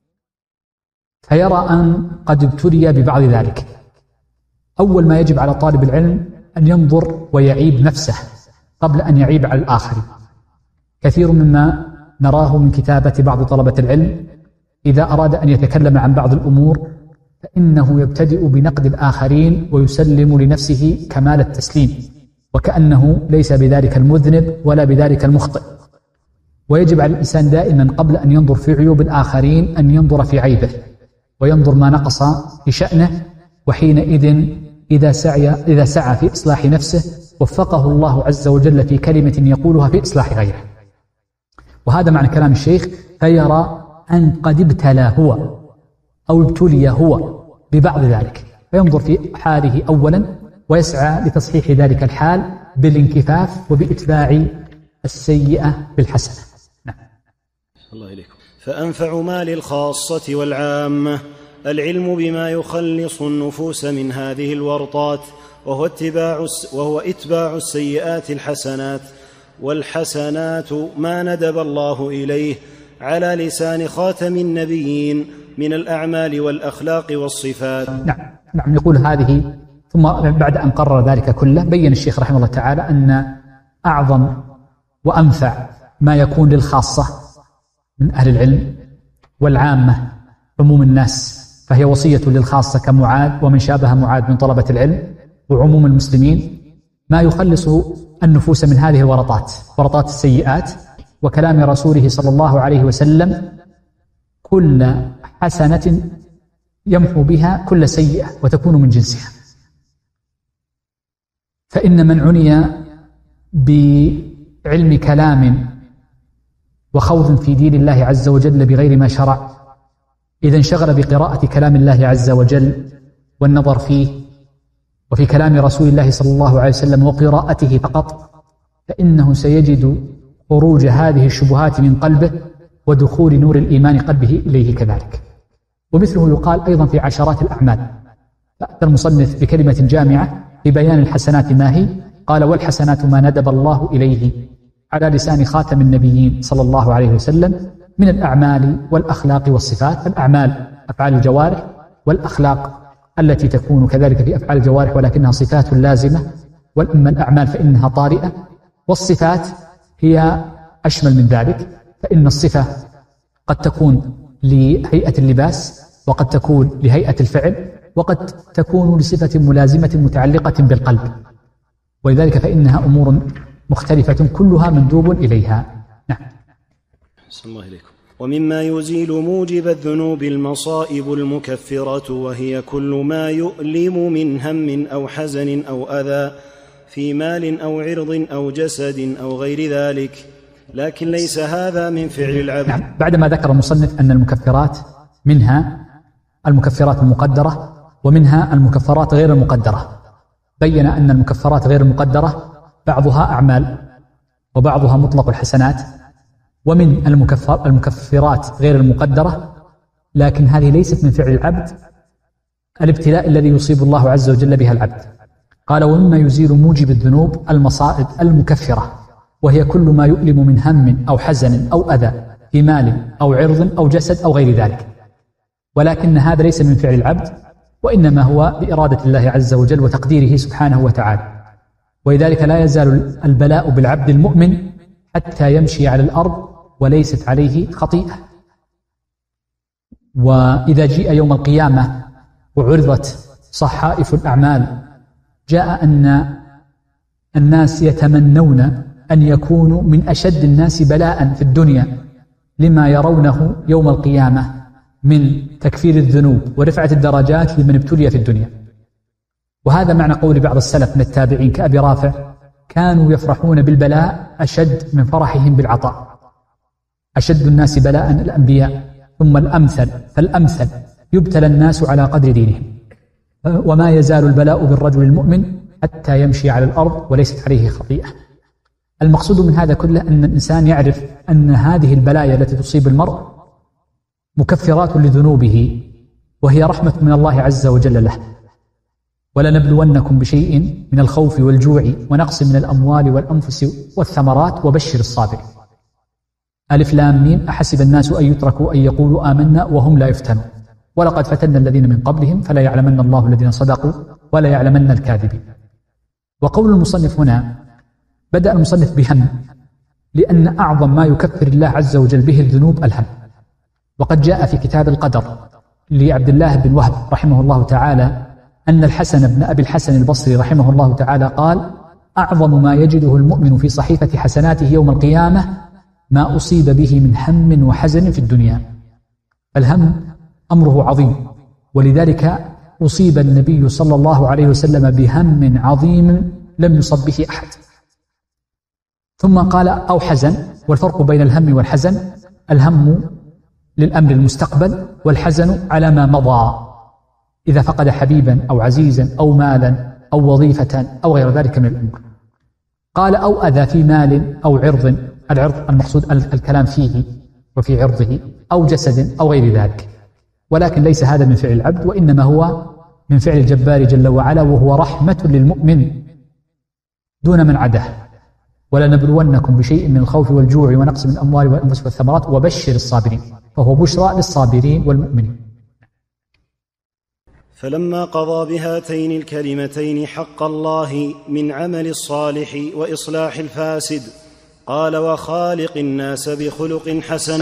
فيرى أن قد ابتلي ببعض ذلك. أول ما يجب على طالب العلم أن ينظر ويعيب نفسه قبل أن يعيب على الآخر. كثير مما نراه من كتابة بعض طلبة العلم إذا أراد أن يتكلم عن بعض الأمور فإنه يبتدئ بنقد الآخرين ويسلم لنفسه كمال التسليم، وكأنه ليس بذلك المذنب ولا بذلك المخطئ. ويجب على الإنسان دائما قبل أن ينظر في عيوب الآخرين أن ينظر في عيبه وينظر ما نقص في شأنه، وحينئذ إذا سعى في إصلاح نفسه وفقه الله عز وجل في كلمة يقولها في إصلاح غيره. وهذا معنى كلام الشيخ: فيرى أن قد ابتلى هو أو ابتلي هو ببعض ذلك، فينظر في حاله أولا ويسعى لتصحيح ذلك الحال بالانكفاف وبإتباع السيئة بالحسنة. نعم. الله إليكم. فأنفع ما للخاصة والعامة العلم بما يخلص النفوس من هذه الورطات، وهو إتباع السيئات الحسنات، والحسنات ما ندب الله إليه على لسان خاتم النبيين من الأعمال والأخلاق والصفات. نعم. يقول هذه، ثم بعد أن قرر ذلك كله بين الشيخ رحمه الله تعالى أن أعظم وأنفع ما يكون للخاصة من أهل العلم والعامة عموم الناس، فهي وصية للخاصة كمعاذ ومن شابه معاذ من طلبة العلم وعموم المسلمين، ما يخلص النفوس من هذه الورطات، ورطات السيئات. وكلام رسوله صلى الله عليه وسلم: كل حسنة يمحو بها كل سيئة وتكون من جنسها. فإن من عني بعلم كلام وخوض في دين الله عز وجل بغير ما شرع، إذا انشغل بقراءة كلام الله عز وجل والنظر فيه وفي كلام رسول الله صلى الله عليه وسلم وقراءته فقط، فإنه سيجد خروج هذه الشبهات من قلبه ودخول نور الإيمان قلبه إليه كذلك. ومثله يقال أيضا في عشرات الأعمال. فأتى المصنف بكلمة جامعة في بيان الحسنات ما هي، قال: والحسنات ما ندب الله إليه على لسان خاتم النبيين صلى الله عليه وسلم من الأعمال والأخلاق والصفات. الأعمال أفعال الجوارح، والأخلاق التي تكون كذلك في أفعال الجوارح ولكنها صفات لازمة، وأما الأعمال فإنها طارئة، والصفات هي أشمل من ذلك، فإن الصفة قد تكون لهيئة اللباس، وقد تكون لهيئة الفعل، وقد تكون لصفة ملازمة متعلقة بالقلب، ولذلك فإنها أمور مختلفة كلها مندوب إليها. نعم. أحسن الله إليكم. ومما يزيل موجب الذنوب المصائب المكفرة، وهي كل ما يؤلم من هم أو حزن أو أذى في مال أو عرض أو جسد أو غير ذلك، لكن ليس هذا من فعل العبد. نعم. بعدما ذكر المصنف أن المكفرات منها المكفرات المقدرة ومنها المكفرات غير المقدرة، بين أن المكفرات غير المقدرة بعضها أعمال وبعضها مطلق الحسنات، ومن المكفرات غير المقدرة لكن هذه ليست من فعل العبد الابتلاء الذي يصيب الله عز وجل بها العبد. قال: ومما يزيل موجب الذنوب المصائب المكفرة، وهي كل ما يؤلم من هم أو حزن أو أذى في مال أو عرض أو جسد أو غير ذلك، ولكن هذا ليس من فعل العبد، وإنما هو بإرادة الله عز وجل وتقديره سبحانه وتعالى. ولذلك لا يزال البلاء بالعبد المؤمن حتى يمشي على الأرض وليست عليه خطيئة. وإذا جيء يوم القيامة وعرضت صحائف الأعمال، جاء أن الناس يتمنون أن يكونوا من أشد الناس بلاء في الدنيا لما يرونه يوم القيامة من تكفير الذنوب ورفعة الدرجات لمن ابتلي في الدنيا. وهذا معنى قول بعض السلف من التابعين كأبي رافع: كانوا يفرحون بالبلاء أشد من فرحهم بالعطاء. أشد الناس بلاء الأنبياء، ثم الأمثل فالأمثل، يبتلى الناس على قدر دينهم. وما يزال البلاء بالرجل المؤمن حتى يمشي على الأرض وليست عليه خطيئة. المقصود من هذا كله أن الإنسان يعرف أن هذه البلايا التي تصيب المرء مكفرات لذنوبه، وهي رحمة من الله عز وجل له. ولنبلونكم بشيء من الخوف والجوع ونقص من الأموال والأنفس والثمرات وبشر الصابرين. ألف لام ميم: أحسب الناس أن يتركوا أن يقولوا آمنا وهم لا يفتنون ولقد فتنا الذين من قبلهم فلا يعلمن الله الذين صدقوا ولا يعلمن الكاذبين. وقول المصنف هنا: بدأ المصنف بهم، لأن أعظم ما يكفر الله عز وجل به الذنوب الهم. وقد جاء في كتاب القدر لعبد الله بن وهب رحمه الله تعالى أن الحسن بن أبي الحسن البصري رحمه الله تعالى قال: أعظم ما يجده المؤمن في صحيفة حسناته يوم القيامة ما أصيب به من هم وحزن في الدنيا. الهم أمره عظيم، ولذلك أصيب النبي صلى الله عليه وسلم بهم عظيم لم يصب به أحد. ثم قال: أو حزن. والفرق بين الهم والحزن: الهم للأمر المستقبل، والحزن على ما مضى، إذا فقد حبيبا أو عزيزا أو مالا أو وظيفة أو غير ذلك من الأمور. قال: أو أذى في مال أو عرض. العرض المقصود الكلام فيه وفي عرضه، أو جسد أو غير ذلك. ولكن ليس هذا من فعل العبد، وإنما هو من فعل الجبار جل وعلا، وهو رحمة للمؤمن دون من عداه. ولنبلونكم بشيء من الخوف والجوع ونقص من الأموال والأنفس والثمرات وبشر الصابرين، فهو بشرى للصابرين والمؤمنين. فلما قضى بهاتين الكلمتين حق الله من عمل الصالح وإصلاح الفاسد، قال: وخالق الناس بخلق حسن.